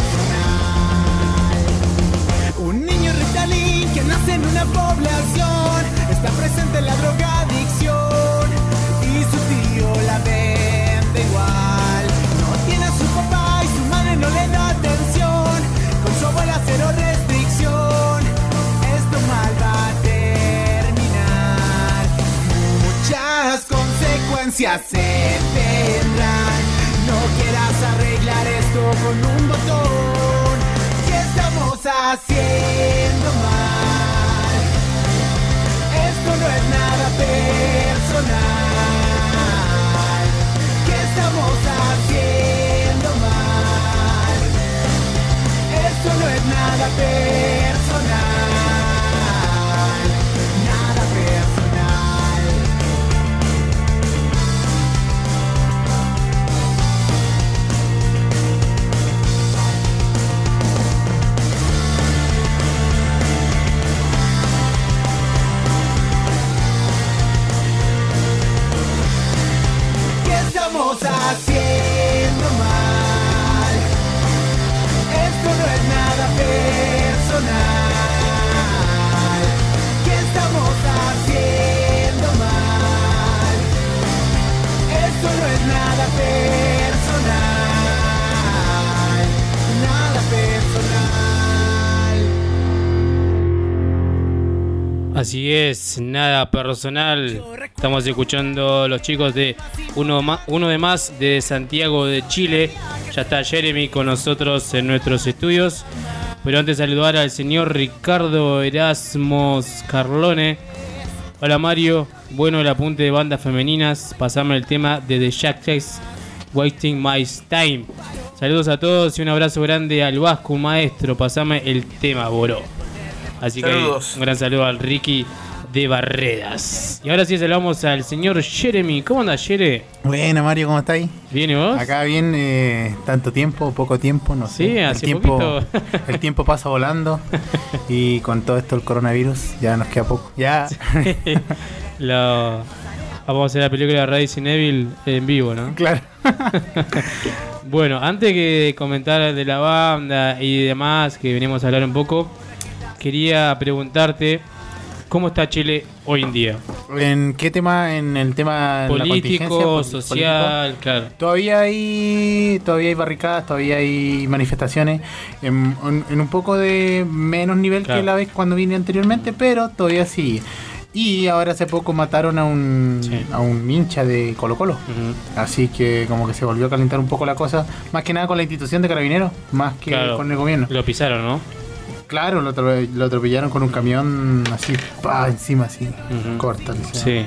personal. Un niño Ritalin que nace en una población está presente en la drogadicción y su tío la vende igual. No tiene a su papá y su madre no le da atención. Con su abuela cero restricción. Esto mal va a terminar. Muchas consecuencias se tendrán. No quieras arreglar esto con un botón. ¿Qué estamos haciendo mal? Esto no es nada personal. ¿Qué estamos haciendo mal? Esto no es nada personal. Nada personal. Así es, nada personal. Estamos escuchando los chicos de uno de más de Santiago de Chile. Ya está Jeremy con nosotros en nuestros estudios. Pero antes saludar al señor Ricardo Erasmos Carlone. Hola Mario, bueno el apunte de bandas femeninas. Pasame el tema de The Jackets, Wasting My Time. Saludos a todos y un abrazo grande al Vasco, un maestro. Pasame el tema, bro. Así Saludos. que un gran saludo al Ricky de Barredas. Y ahora sí saludamos al señor Jeremy. ¿Cómo anda, Jere? Buena, Mario, ¿cómo estáis? ¿Bien y vos? Acá bien, tanto tiempo, poco tiempo, no sé. Sí, hace poquito. poquito. El tiempo pasa volando y con todo esto el coronavirus ya nos queda poco. Ya. Sí. Vamos a hacer la película de Resident Evil en vivo, ¿no? Claro. Bueno, antes que comentar de la banda y demás, que venimos a hablar un poco, quería preguntarte ¿cómo está Chile hoy en día? ¿En qué tema? En el tema político, social, claro. Todavía hay barricadas, todavía hay manifestaciones en un poco de menos nivel que la vez cuando vine anteriormente, pero todavía sí. Y ahora hace poco mataron a un hincha de Colo Colo. Así que como que se volvió a calentar un poco la cosa, más que nada con la institución de Carabineros, más que con el gobierno. Lo pisaron, ¿no? Claro, lo atropellaron con un camión así, encima así, corta. Sí,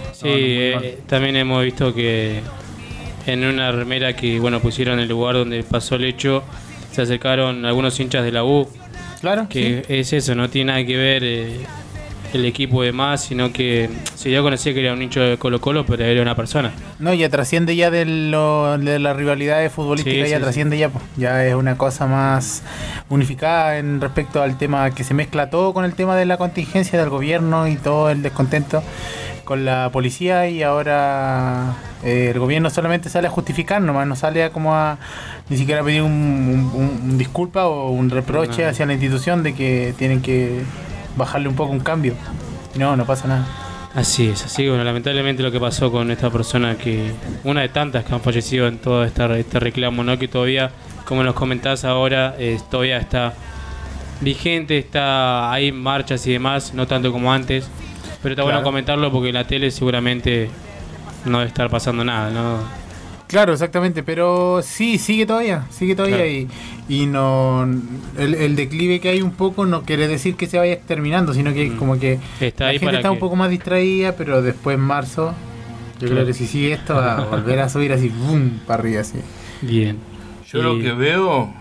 también hemos visto que en una remera que pusieron en el lugar donde pasó el hecho, se acercaron algunos hinchas de la U. Claro, que es eso, no tiene nada que ver el equipo de más, sino que se dio a conocer que era un hincha de Colo Colo, pero era una persona. No, ya trasciende ya de la rivalidad futbolística, trasciende ya, pues, ya es una cosa más unificada en respecto al tema que se mezcla todo con el tema de la contingencia del gobierno y todo el descontento con la policía, y ahora el gobierno solamente sale a justificar, nomás no sale ni siquiera a pedir un disculpa o un reproche hacia la institución de que tienen que bajarle un poco un cambio. No pasa nada. Así es, lamentablemente lo que pasó con esta persona, que una de tantas que han fallecido en todo este reclamo, ¿no? Que todavía, como nos comentás ahora, todavía está vigente, está ahí en marchas y demás, no tanto como antes, pero está bueno comentarlo porque en la tele seguramente no debe estar pasando nada, ¿no? Claro, exactamente, pero sí, sigue todavía claro. y no el declive que hay un poco no quiere decir que se vaya terminando, sino que como que está la ahí gente está un poco más distraída, pero después en marzo yo creo que si sigue esto va a volver a subir así, boom, para arriba así. Bien. Yo lo que veo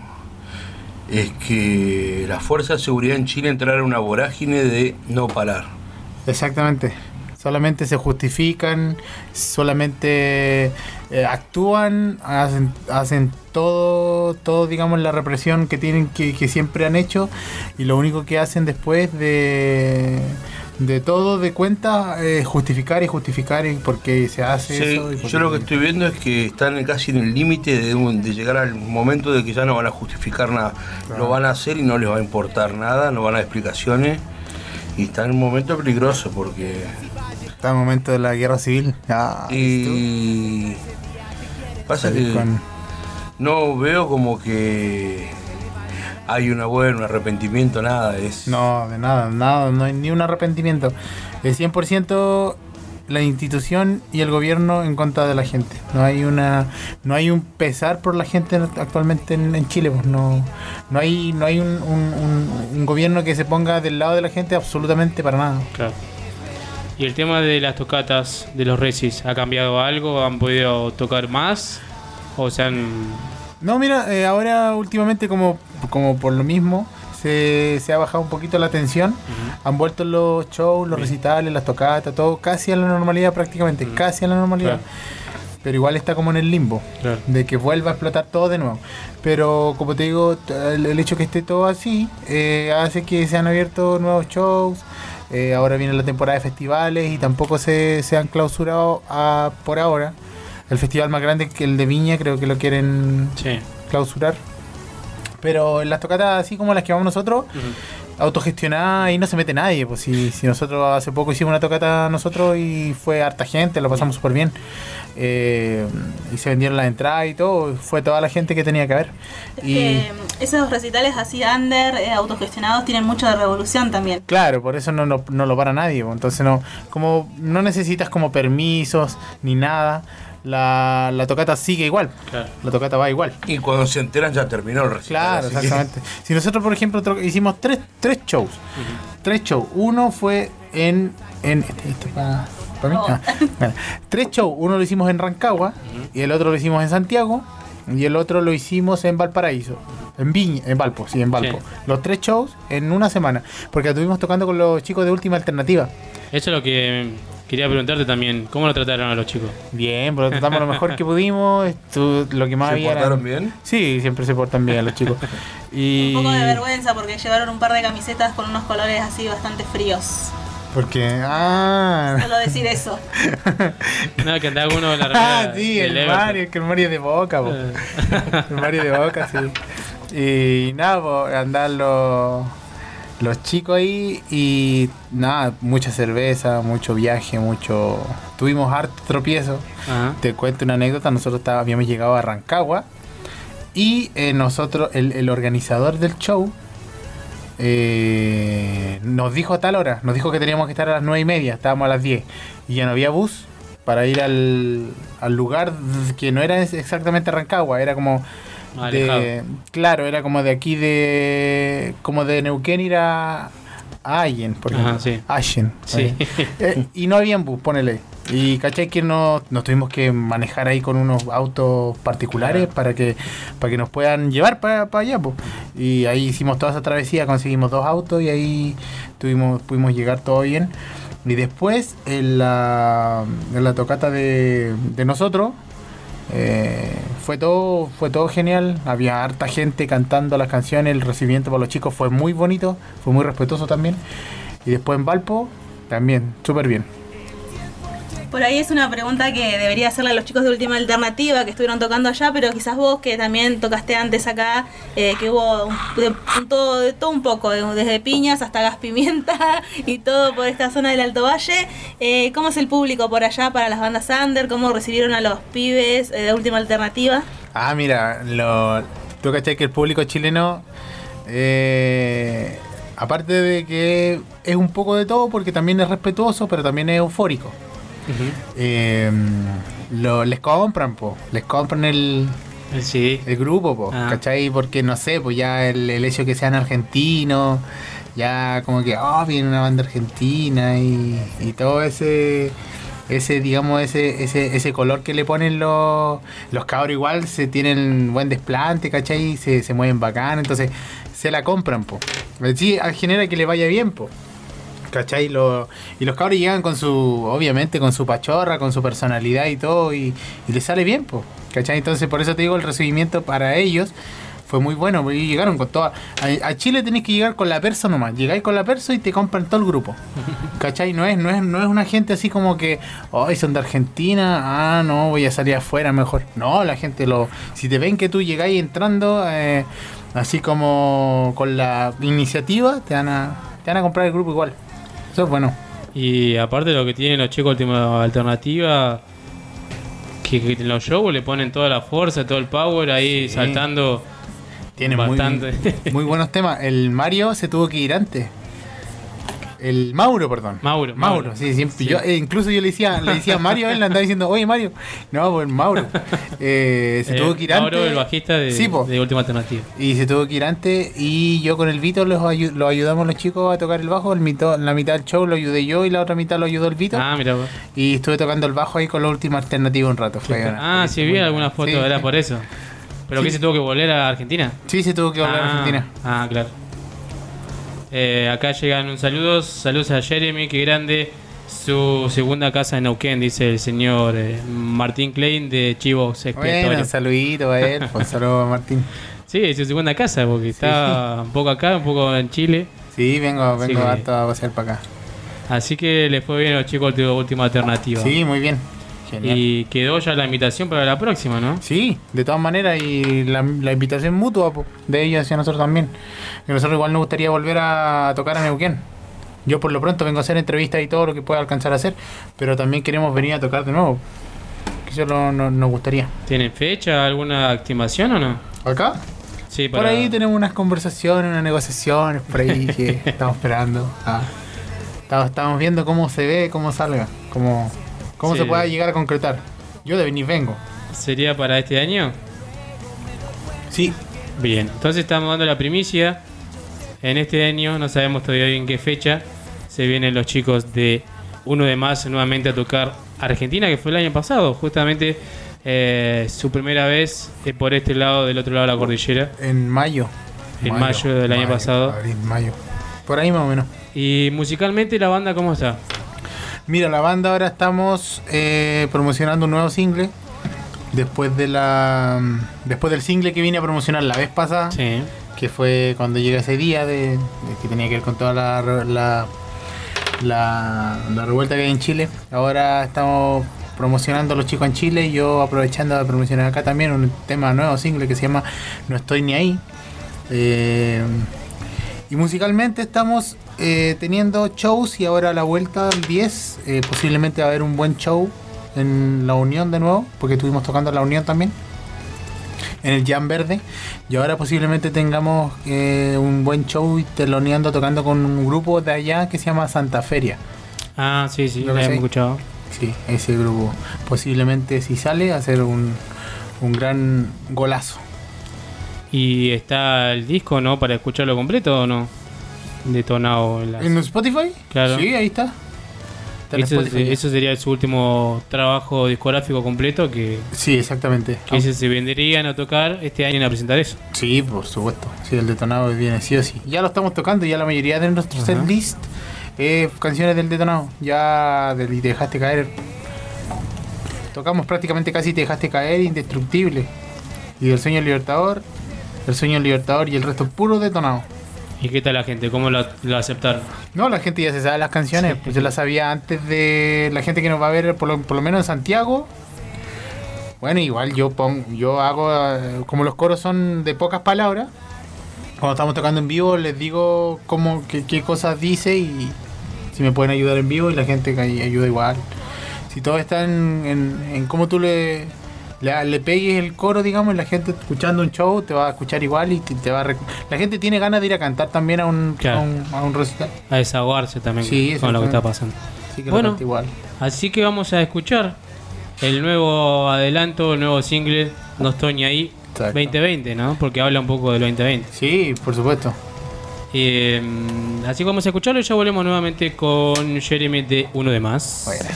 es que las fuerzas de seguridad en Chile entraron en una vorágine de no parar. Exactamente. Solamente se justifican, solamente actúan, hacen todo, digamos, la represión que tienen, que siempre han hecho, y lo único que hacen después de todo de cuenta es justificar y por qué se hace eso. Yo lo que estoy viendo es que están casi en el límite de llegar al momento de que ya no van a justificar nada. Claro. Lo van a hacer y no les va a importar nada, no van a dar explicaciones, y está en un momento peligroso porque... Está en el momento de la guerra civil. Y pasa que no veo como que hay un arrepentimiento, nada de eso. No, de nada, no hay ni un arrepentimiento. Es 100% la institución y el gobierno en contra de la gente. No hay un pesar por la gente actualmente en Chile, pues no hay un gobierno que se ponga del lado de la gente absolutamente para nada. Claro. ¿Y el tema de las tocatas de los recis ha cambiado algo? ¿Han podido tocar más? ¿O se han...? No, mira, ahora últimamente como por lo mismo se ha bajado un poquito la tensión. Han vuelto los shows, los recitales, las tocatas, todo casi a la normalidad prácticamente, casi a la normalidad. Claro. Pero igual está como en el limbo, claro, de que vuelva a explotar todo de nuevo. Pero como te digo, el hecho que esté todo así hace que se han abierto nuevos shows. Ahora viene la temporada de festivales y tampoco se han clausurado por ahora. El festival más grande que el de Viña creo que lo quieren clausurar. Pero en las tocatas así como las que vamos nosotros, autogestionada y no se mete nadie. Pues si nosotros hace poco hicimos una tocata nosotros y fue harta gente, lo pasamos súper bien. Y se vendieron las entradas y todo, fue toda la gente que tenía que haber. Esos recitales así under, autogestionados, tienen mucho de revolución también. Claro, por eso no lo para nadie. Pues. Entonces no necesitas como permisos ni nada. La tocata sigue igual. Claro. La tocata va igual. Y cuando se enteran ya terminó el recital. Claro, exactamente. Si nosotros, por ejemplo, hicimos tres shows. Tres shows. Uno fue en ¿para mí? Bueno, 3 shows. Uno lo hicimos en Rancagua, y el otro lo hicimos en Santiago, y el otro lo hicimos en Valparaíso. En Valpo. Sí. Los 3 shows en una semana. Porque estuvimos tocando con los chicos de Última Alternativa. Eso es lo que quería preguntarte también. ¿Cómo lo trataron a los chicos? Bien, pues lo tratamos lo mejor que pudimos. Lo que más había. ¿Se portaron bien? Sí, siempre se portan bien los chicos. Un poco de vergüenza porque llevaron un par de camisetas con unos colores así bastante fríos. Porque, solo decir eso. No, que anda uno de la remera. Sí, el Mario es de Boca, po. El Mario de Boca, sí. Y nada, pues andar los chicos ahí y nada, mucha cerveza, mucho viaje, tuvimos harto tropiezo. Ajá. Te cuento una anécdota. Nosotros habíamos llegado a Rancagua y nosotros, el organizador del show, nos dijo a tal hora, nos dijo que teníamos que estar a las 9:30, estábamos a las 10 y ya no había bus para ir al lugar que no era exactamente Rancagua, era como claro, era como de aquí como de Neuquén ir a Allen, por ejemplo. Ajá, sí. Allen, sí. Y no había bus, ponele. Y cachai que nos tuvimos que manejar ahí con unos autos particulares para que nos puedan llevar para allá, pues. Y ahí hicimos toda esa travesía, conseguimos 2 autos y ahí pudimos llegar todo bien. Y después en la tocata de nosotros fue todo genial. Había harta gente cantando las canciones, el recibimiento para los chicos fue muy bonito, fue muy respetuoso también. Y después en Valpo también, súper bien. Por ahí es una pregunta que debería hacerle a los chicos de Última Alternativa que estuvieron tocando allá, pero quizás vos que también tocaste antes acá, que hubo de todo un poco, desde piñas hasta gas pimienta y todo por esta zona del Alto Valle. ¿Cómo es el público por allá para las bandas under? ¿Cómo recibieron a los pibes de Última Alternativa? Mira, tú cachai que el público chileno, aparte de que es un poco de todo, porque también es respetuoso, pero también es eufórico. Les compran el grupo, ¿cachai? Porque no sé, pues ya el hecho que sean argentinos, ya como que viene una banda argentina y todo ese digamos ese color que le ponen los cabros, igual se tienen buen desplante, ¿cachai? Se mueven bacán, entonces se la compran, sí, genera que le vaya bien, ¿cachai? Y los cabros llegan obviamente con su pachorra, con su personalidad y todo, y les sale bien, ¿cachai? Entonces por eso te digo, el recibimiento para ellos fue muy bueno, y llegaron con toda. A Chile tenés que llegar con la perso nomás, llegáis con la perso y te compran todo el grupo, ¿cachai? No es una gente así como que, son de Argentina, no, voy a salir afuera mejor. No, la gente si te ven que tú llegáis entrando, así como con la iniciativa, te van a comprar el grupo igual. Eso es bueno. Y aparte de lo que tienen los chicos de Última Alternativa, que en los shows le ponen toda la fuerza, todo el power ahí, sí, saltando. Tienen muy buenos temas. El Mario se tuvo que ir antes. El Mauro, perdón. Mauro, sí, siempre. Sí. Incluso yo le decía a Mario, él le andaba diciendo, oye Mario, no, pues Mauro. Se tuvo que ir antes. Mauro, el bajista de Última Alternativa. Y se tuvo que ir antes, y yo con el Vito los ayudamos los chicos a tocar el bajo. La mitad del show lo ayudé yo y la otra mitad lo ayudó el Vito. Mira. Y estuve tocando el bajo ahí con la Última Alternativa un rato. Sí, vi alguna foto, era por eso. ¿Pero qué, se tuvo que volver a Argentina? Sí, se tuvo que volver a Argentina. Claro. Acá llegan saludos a Jeremy, que grande, su segunda casa en Neuquén, dice el señor Martín Klein de Chivos Expiatorio. Bueno, un saludito a él, un saludo a Martín. Sí, es su segunda casa, porque está un poco acá, un poco en Chile. Sí, vengo harto a pasear para acá. Así que le fue bien a los chicos de Última Alternativa. Sí, muy bien. Genial. Y quedó ya la invitación para la próxima, ¿no? Sí, de todas maneras, y la invitación mutua po, de ellos hacia nosotros también. Que nosotros igual nos gustaría volver a tocar a Neuquén. Yo por lo pronto vengo a hacer entrevistas y todo lo que pueda alcanzar a hacer, pero también queremos venir a tocar de nuevo. Que eso nos gustaría. ¿Tienen fecha, alguna estimación o no? ¿Acá? Sí, Por ahí tenemos unas conversaciones, unas negociaciones, por ahí que estamos esperando. Estamos viendo cómo se ve, cómo salga, cómo Sí. se pueda llegar a concretar. Yo de venir vengo. ¿Sería para este año? Sí. Bien, entonces estamos dando la primicia. En este año, no sabemos todavía bien qué fecha, se vienen los chicos de Uno de Más nuevamente a tocar Argentina, que fue el año pasado, justamente su primera vez por este lado, del otro lado de la cordillera. En mayo. En mayo del año pasado. Abril, mayo. Por ahí más o menos. Y musicalmente, ¿la banda cómo está? Mira, la banda ahora estamos promocionando un nuevo single. Después del single que vine a promocionar la vez pasada. Sí. Que fue cuando llegué ese día de que tenía que ver con toda la revuelta que hay en Chile. Ahora estamos promocionando a los chicos en Chile y yo aprovechando de promocionar acá también un tema nuevo, single que se llama No Estoy Ni Ahí. Y musicalmente estamos teniendo shows y ahora a la vuelta del 10 posiblemente va a haber un buen show en La Unión de nuevo, porque estuvimos tocando en La Unión también, en el Jam Verde, y ahora posiblemente tengamos un buen show teloneando, tocando con un grupo de allá que se llama Santa Feria. Ah, sí, lo hemos escuchado. Sí, ese grupo posiblemente, si sale, a hacer un gran golazo. ¿Y está el disco, no? Para escucharlo completo o no? Detonado ¿En Spotify? Claro. Sí, ahí está. Eso sería su último trabajo discográfico completo que... Sí, exactamente. Que se vendrían a tocar este año a presentar eso. Sí, por supuesto. Sí, el Detonado viene sí o sí. Ya lo estamos tocando, ya la mayoría de nuestros setlist canciones del Detonado. Ya del Y Te Dejaste Caer. Tocamos prácticamente casi Te Dejaste Caer, Indestructible. Y del Sueño Libertador, El Sueño Libertador y el resto puro Detonado. ¿Y qué tal la gente? ¿Cómo lo aceptaron? No, la gente ya se sabe las canciones. Sí. Pues yo las sabía antes de la gente que nos va a ver, por lo menos en Santiago. Bueno, igual yo hago, como los coros son de pocas palabras, cuando estamos tocando en vivo les digo qué cosas dice y si me pueden ayudar en vivo, y la gente ayuda igual. Si todo está en cómo tú le pegues el coro, digamos, la gente escuchando un show te va a escuchar igual y te va a la gente tiene ganas de ir a cantar también a un recital. A desahogarse también, sí, con lo que está pasando. Sí, que bueno, igual. Así que vamos a escuchar el nuevo adelanto, el nuevo single No Estoy Ni Ahí. Exacto. 2020, ¿no? Porque habla un poco del 2020. Sí, por supuesto. Así que vamos a escucharlo y ya volvemos nuevamente con Jeremy de Uno de Más. Bueno.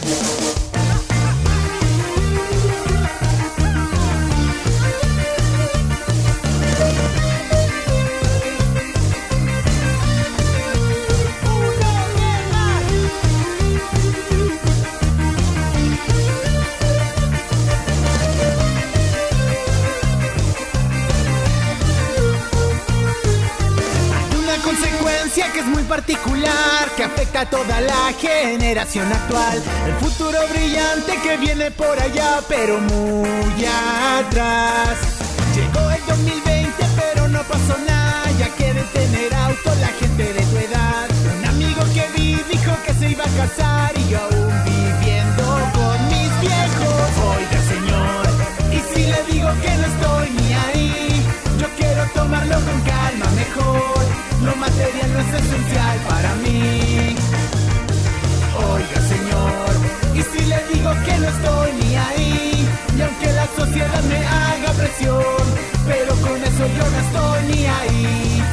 Que es muy particular, que afecta a toda la generación actual. El futuro brillante que viene por allá, pero muy atrás. Llegó el 2020, pero no pasó nada, ya que de tener auto la gente de tu edad. Un amigo que vi dijo que se iba a casar y yo aún viviendo con mis viejos. Oiga, señor, y si le digo que no estoy ni ahí, yo quiero tomarlo con calma mejor. Lo material no es esencial para mí. Oiga, señor, y si le digo que no estoy ni ahí, y aunque la sociedad me haga presión, pero con eso yo no estoy ni ahí.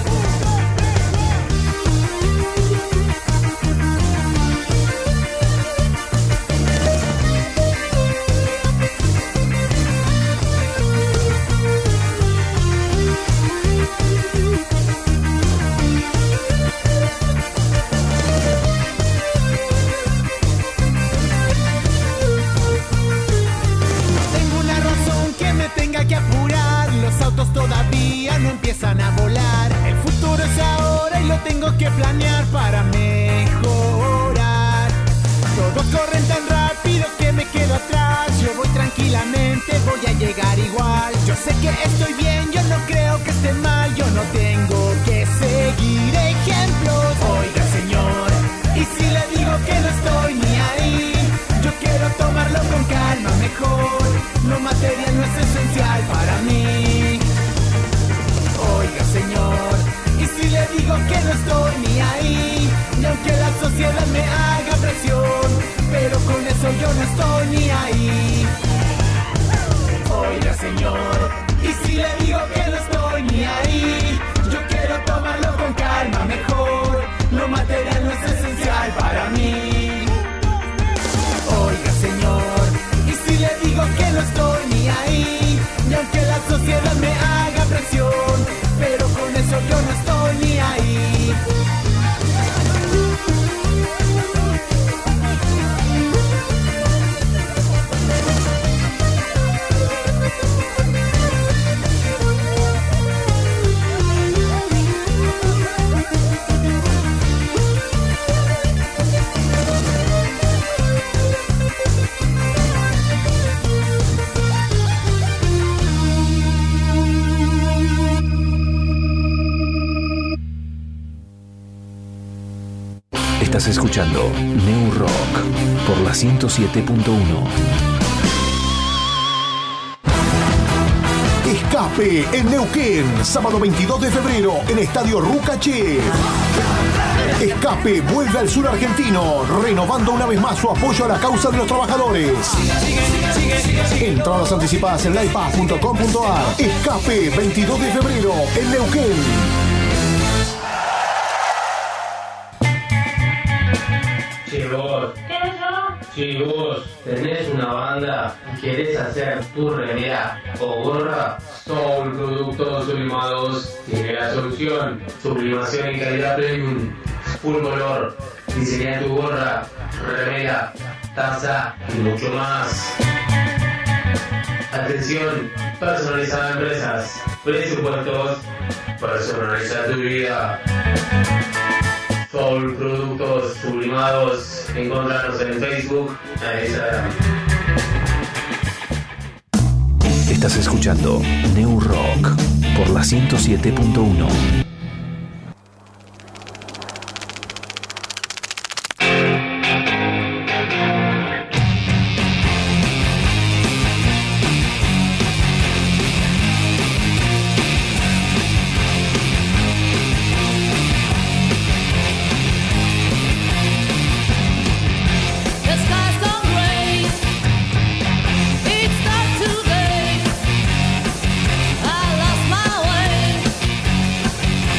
Tenga que apurar, los autos todavía no empiezan a volar. El futuro es ahora y lo tengo que planear para mejorar. Todos corren tan rápido que me quedo atrás. igualmente voy a llegar igual. Yo sé que estoy bien, yo no creo que esté mal. Yo no tengo que seguir ejemplos. Oiga, señor, y si le digo que no estoy ni ahí, yo quiero tomarlo con calma mejor. Lo material no es esencial para mí. Oiga, señor, y si le digo que no estoy ni ahí, y aunque la sociedad me haga presión, pero con eso yo no estoy ni ahí. Oiga, señor, y si le digo que no estoy ni ahí, yo quiero tomarlo con calma mejor. Lo material no es esencial para mí. Oiga, señor, y si le digo que no estoy ni ahí, y aunque la sociedad me haga presión, pero con eso yo no estoy ni ahí. Estás escuchando New Rock por la 107.1. Escape en Neuquén, sábado 22 de febrero en Estadio Rucaché. Escape vuelve al sur argentino, renovando una vez más su apoyo a la causa de los trabajadores. Entradas anticipadas en livepass.com.ar. Escape 22 de febrero en Neuquén. Si vos tenés una banda y querés hacer tu remera o gorra, Soul Productos Sublimados tiene la solución. Sublimación en calidad premium, full color. Diseña tu gorra, remera, taza y mucho más. Atención, personalizada a empresas, presupuestos, personaliza tu vida. Soul Productos Sublimados, encontrarnos en Facebook, en Instagram. Estás escuchando New Rock por la 107.1. It's not too late. I lost my way.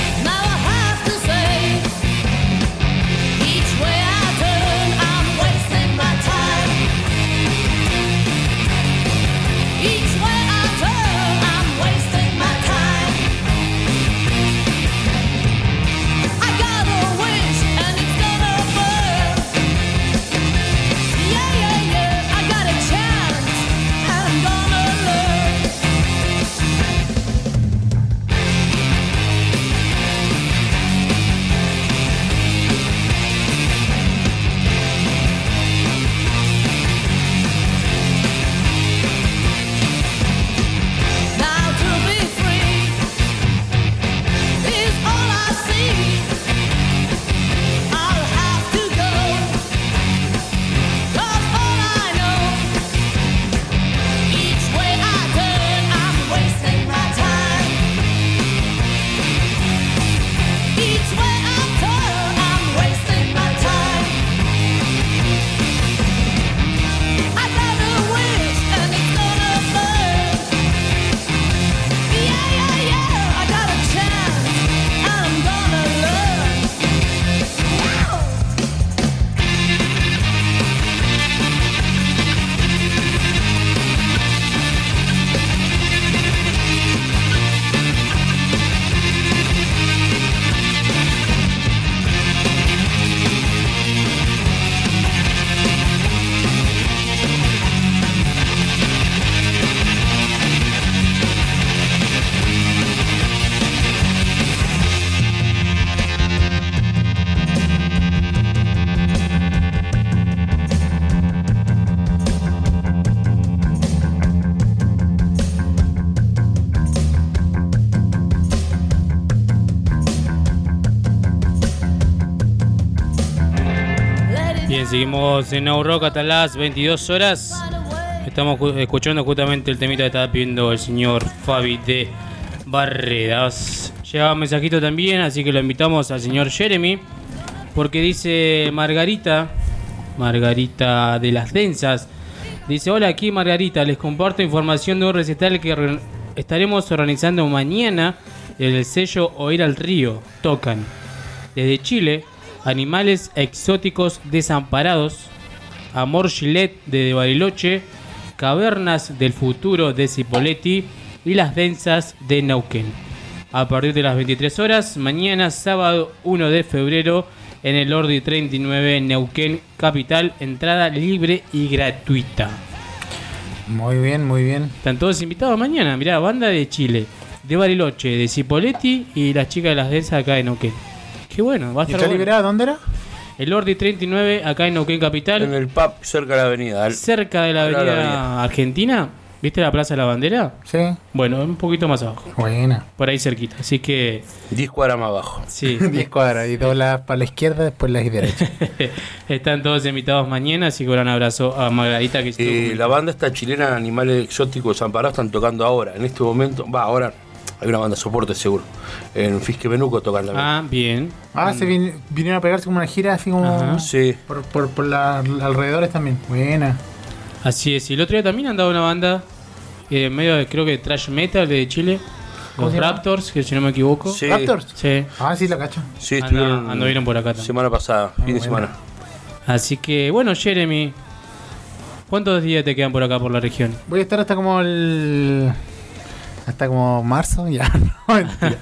Bien, seguimos en No Rock hasta las 22 horas. Estamos escuchando justamente el temita que estaba pidiendo el señor Fabi de Barredas. Llega un mensajito también, así que lo invitamos al señor Jeremy, porque dice Margarita de las Densas. Dice: hola, aquí Margarita, les comparto información de un recital que estaremos organizando mañana en el sello Oír al Río. Tocan desde Chile Animales Exóticos Desamparados, Amor Gillette de Bariloche, Cavernas del Futuro de Cipolletti y Las Densas de Neuquén. A partir de las 23 horas, mañana sábado 1 de febrero, en el Ordi 39 en Neuquén, capital, entrada libre y gratuita. Muy bien, muy bien. Están todos invitados mañana. Mirá, banda de Chile, de Bariloche, de Cipolletti y las chicas de Las Densas acá en Neuquén. Qué bueno, va a estar ¿Está bueno. liberada? ¿Dónde era? El Ordi 39 acá en Neuquén capital. En el pub cerca de la avenida. Cerca de la avenida Argentina. ¿Viste la Plaza de la Bandera? Sí. Bueno, un poquito más abajo. Buena. Por ahí cerquita. Así que 10 cuadras más abajo. Sí. 10 cuadras y doblas para la izquierda, después la derecha. Están todos invitados mañana, así que un gran abrazo a Margarita que la banda esta chilena Animales Exóticos Desamparados están tocando ahora, en este momento. Ahora hay una banda de soporte seguro. En Fisque Benuco tocan también. Ah, bien. Se vinieron a pegarse como una gira así como. Ajá. Sí. Por alrededores también. Buena. Así es. Y el otro día también andaba una banda medio de, creo que trash metal de Chile. Los Raptors, que si no me equivoco. Sí. ¿Raptors? Sí. Sí, la cacho. Sí, estuvieron. Anduvieron por acá también. Semana pasada, fin de semana. Así que, bueno, Jeremy, ¿cuántos días te quedan por acá, por la región? Voy a estar hasta como hasta como marzo, ya. No, mentira.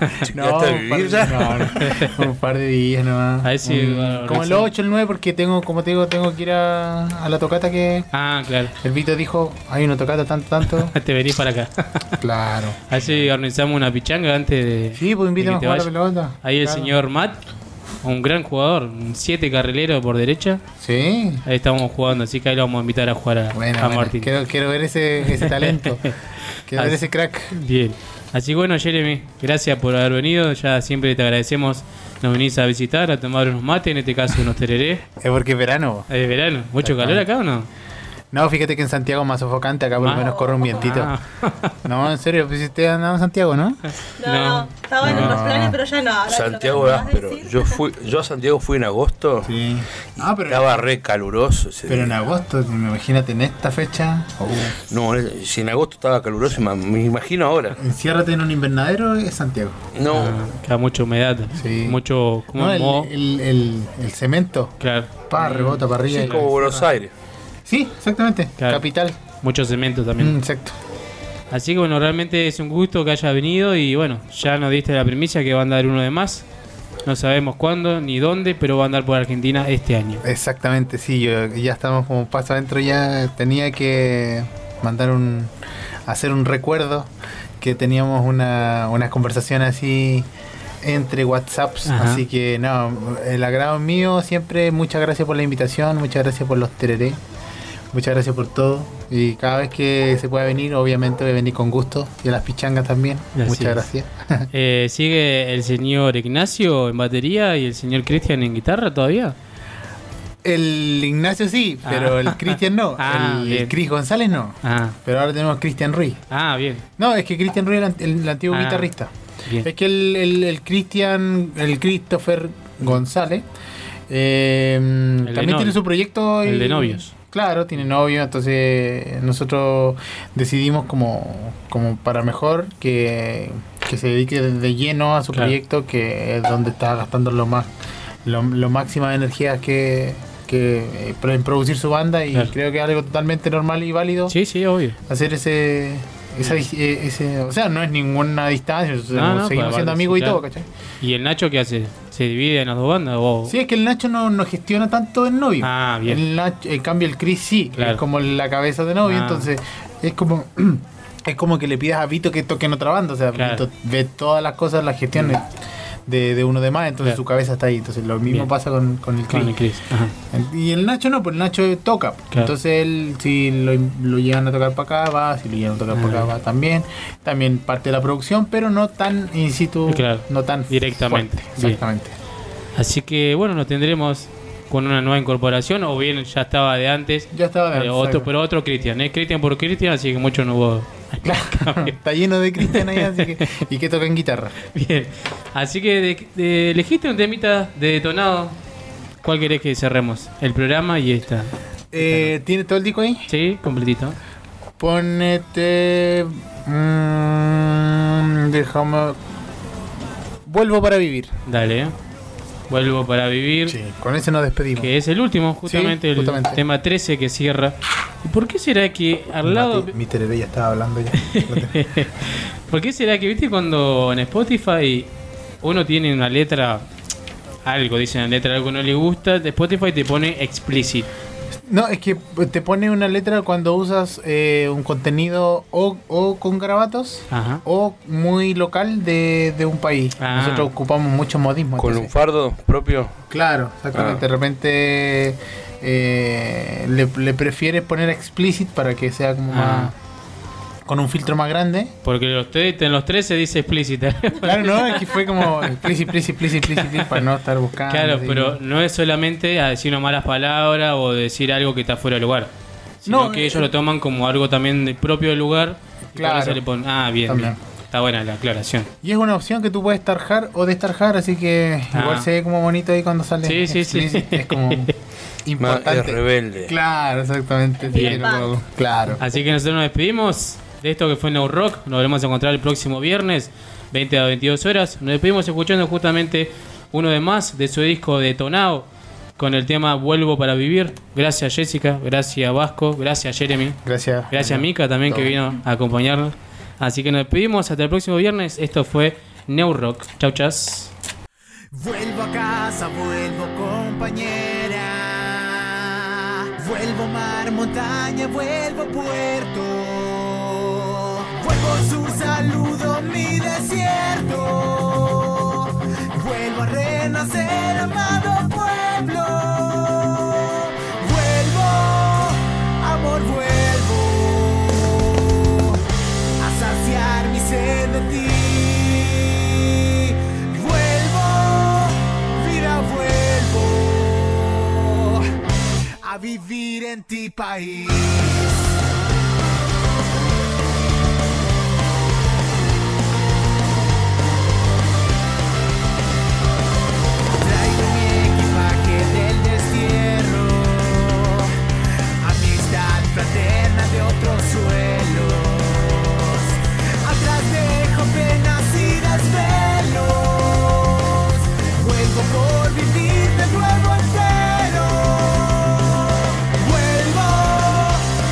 Un par de días nomás. Ahí sí, como el 8, el 9, porque como te digo, tengo que ir a la tocata que. Ah, claro. El Vito dijo: hay una tocata tanto. Te venís para acá. Claro. Así organizamos una pichanga antes de. Sí, pues invítame a jugar la pelota. Ahí el señor Matt, un gran jugador, un 7 carrilero por derecha. Sí. Ahí estamos jugando, así que ahí lo vamos a invitar a jugar a Martín. Quiero ver ese talento. Quiero ver ese crack. Bien. Así que bueno, Jeremy, gracias por haber venido. Ya siempre te agradecemos. Nos venís a visitar, a tomar unos mates, en este caso unos tereré. Es porque es verano. Es verano. ¿Mucho calor acá o no? No, fíjate que en Santiago es más sofocante, acá por lo menos corre un vientito. No, en serio, pues usted andaba en Santiago, ¿no? No, estaba en los planes, pero ya no. Santiago es áspero. Yo a Santiago fui en agosto. Sí. Pero estaba re caluroso. Pero en agosto, imagínate en esta fecha. No, si en agosto estaba caluroso, me imagino ahora. Enciérrate en un invernadero, es Santiago. No. Queda mucha humedad. Sí. Mucho. El cemento. Claro. Rebota para arriba. Sí, como Buenos Aires. Sí, exactamente. Claro. Capital. Mucho cemento también. Exacto. Así que bueno, realmente es un gusto que hayas venido y bueno, ya nos diste la primicia que va a andar uno de más. No sabemos cuándo ni dónde, pero va a andar por Argentina este año. Exactamente, sí. Ya estamos como paso adentro. Ya tenía que hacer un recuerdo que teníamos una conversación así entre WhatsApps. Ajá. Así que no, el agrado mío siempre. Muchas gracias por la invitación, muchas gracias por los tereré. Muchas gracias por todo. Y cada vez que se pueda venir, obviamente voy a venir con gusto. Y a las pichangas también. Muchas gracias. ¿Sigue el señor Ignacio en batería y el señor Cristian en guitarra todavía? El Ignacio sí, pero el Cristian no. El Cris González no. Pero ahora tenemos Cristian Ruiz. Bien. No, es que Cristian Ruiz es el antiguo guitarrista. Bien. Es que el Christopher González también tiene su proyecto. El de novios. Claro, tiene novio, entonces nosotros decidimos como para mejor que se dedique de lleno a su proyecto, que es donde está gastando lo máxima energía que en producir su banda, y creo que es algo totalmente normal y válido. Sí, obvio. Hacer ese o sea, no es ninguna distancia, seguimos siendo amigos y todo, ¿cachai? ¿Y el Nacho qué hace? ¿Se divide en las dos bandas? Sí, es que el Nacho no gestiona tanto el novio. Bien. El Nacho, en cambio el Chris sí, es como la cabeza de novio, entonces es como que le pidas a Vito que toque en otra banda, o sea, Vito ve todas las cosas, las gestiones de uno de más, entonces su cabeza está ahí. Entonces lo mismo pasa con el Chris. Y el Nacho no, pues el Nacho toca. Entonces él, si lo llevan a tocar para acá, va. Si lo llevan a tocar para acá, va también. También parte de la producción, pero no tan in situ, no tan directamente. fuerte. Exactamente. Así que bueno, nos tendremos con una nueva incorporación o bien ya estaba de antes. Ya estaba de antes. Pero otro Cristian. Es Cristian por Cristian, así que mucho no hubo. Está lleno de Cristian ahí, así que. Y que tocan guitarra. Bien. Así que elegiste un temita de Detonado. ¿Cuál querés que cerremos? El programa y esta. ¿Tiene todo el disco ahí? Sí, completito. Ponete. Déjame. Vuelvo para vivir. Dale. Vuelvo para vivir. Sí, con ese nos despedimos. Que es el último, justamente, Sí, justamente. el tema 13 que cierra. ¿Y por qué será que al lado... Mr. Ebe ya estaba hablando ya. ¿Por qué será que, viste, cuando en Spotify uno tiene una letra, algo, dice una letra, algo no le gusta, de Spotify te pone explicit? No, es que te pone una letra cuando usas un contenido o con garabatos o muy local de un país. Nosotros ocupamos muchos modismos. Con un fardo propio. Claro, exactamente. De repente le prefieres poner explicit para que sea como más... Con un filtro más grande. Porque en los 13 dice explícita. Claro, no, es que fue como explicit para no estar buscando. Claro, así. pero no es solamente a decir unas malas palabras o decir algo que está fuera de lugar. Sino No, que ellos lo toman como algo también del propio lugar. Y Claro. por eso le ponen, bien, También. bien. Está buena la aclaración. Y es una opción que tú puedes tarjar o destarjar, así que igual se ve como bonito ahí cuando sale. Sí. Es como importante. Es rebelde. Claro, exactamente. Sí, Bien. Claro. Así que nosotros nos despedimos de esto que fue New Rock. Nos volvemos a encontrar el próximo viernes, 20 a 22 horas. Nos despedimos escuchando justamente uno de más de su disco Detonado con el tema Vuelvo para vivir. Gracias Jessica, gracias Vasco, gracias Jeremy. Gracias Mika también que vino a acompañarnos. Así que nos despedimos hasta el próximo viernes. Esto fue New Rock. Chau, chas. Vuelvo a casa, vuelvo compañera. Vuelvo mar, montaña, vuelvo puerto. Vuelvo sur, saludo mi desierto. Vuelvo a renacer, amado pueblo. Vuelvo, amor, vuelvo a saciar mi sed de ti. Vuelvo, vida, vuelvo a vivir en ti país. Traigo mi equipaje del destierro, amistad fraterna de otros suelos. Atrás dejo penas y desvelos. Vuelvo por vivir de nuevo entero. Vuelvo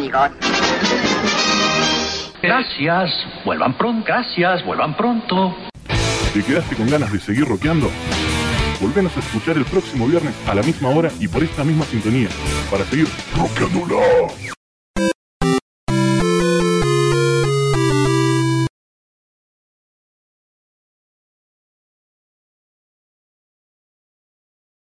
amigos. Gracias, vuelvan pronto. ¿Te quedaste con ganas de seguir rockeando? Volvenos a escuchar el próximo viernes a la misma hora y por esta misma sintonía para seguir rockeándola.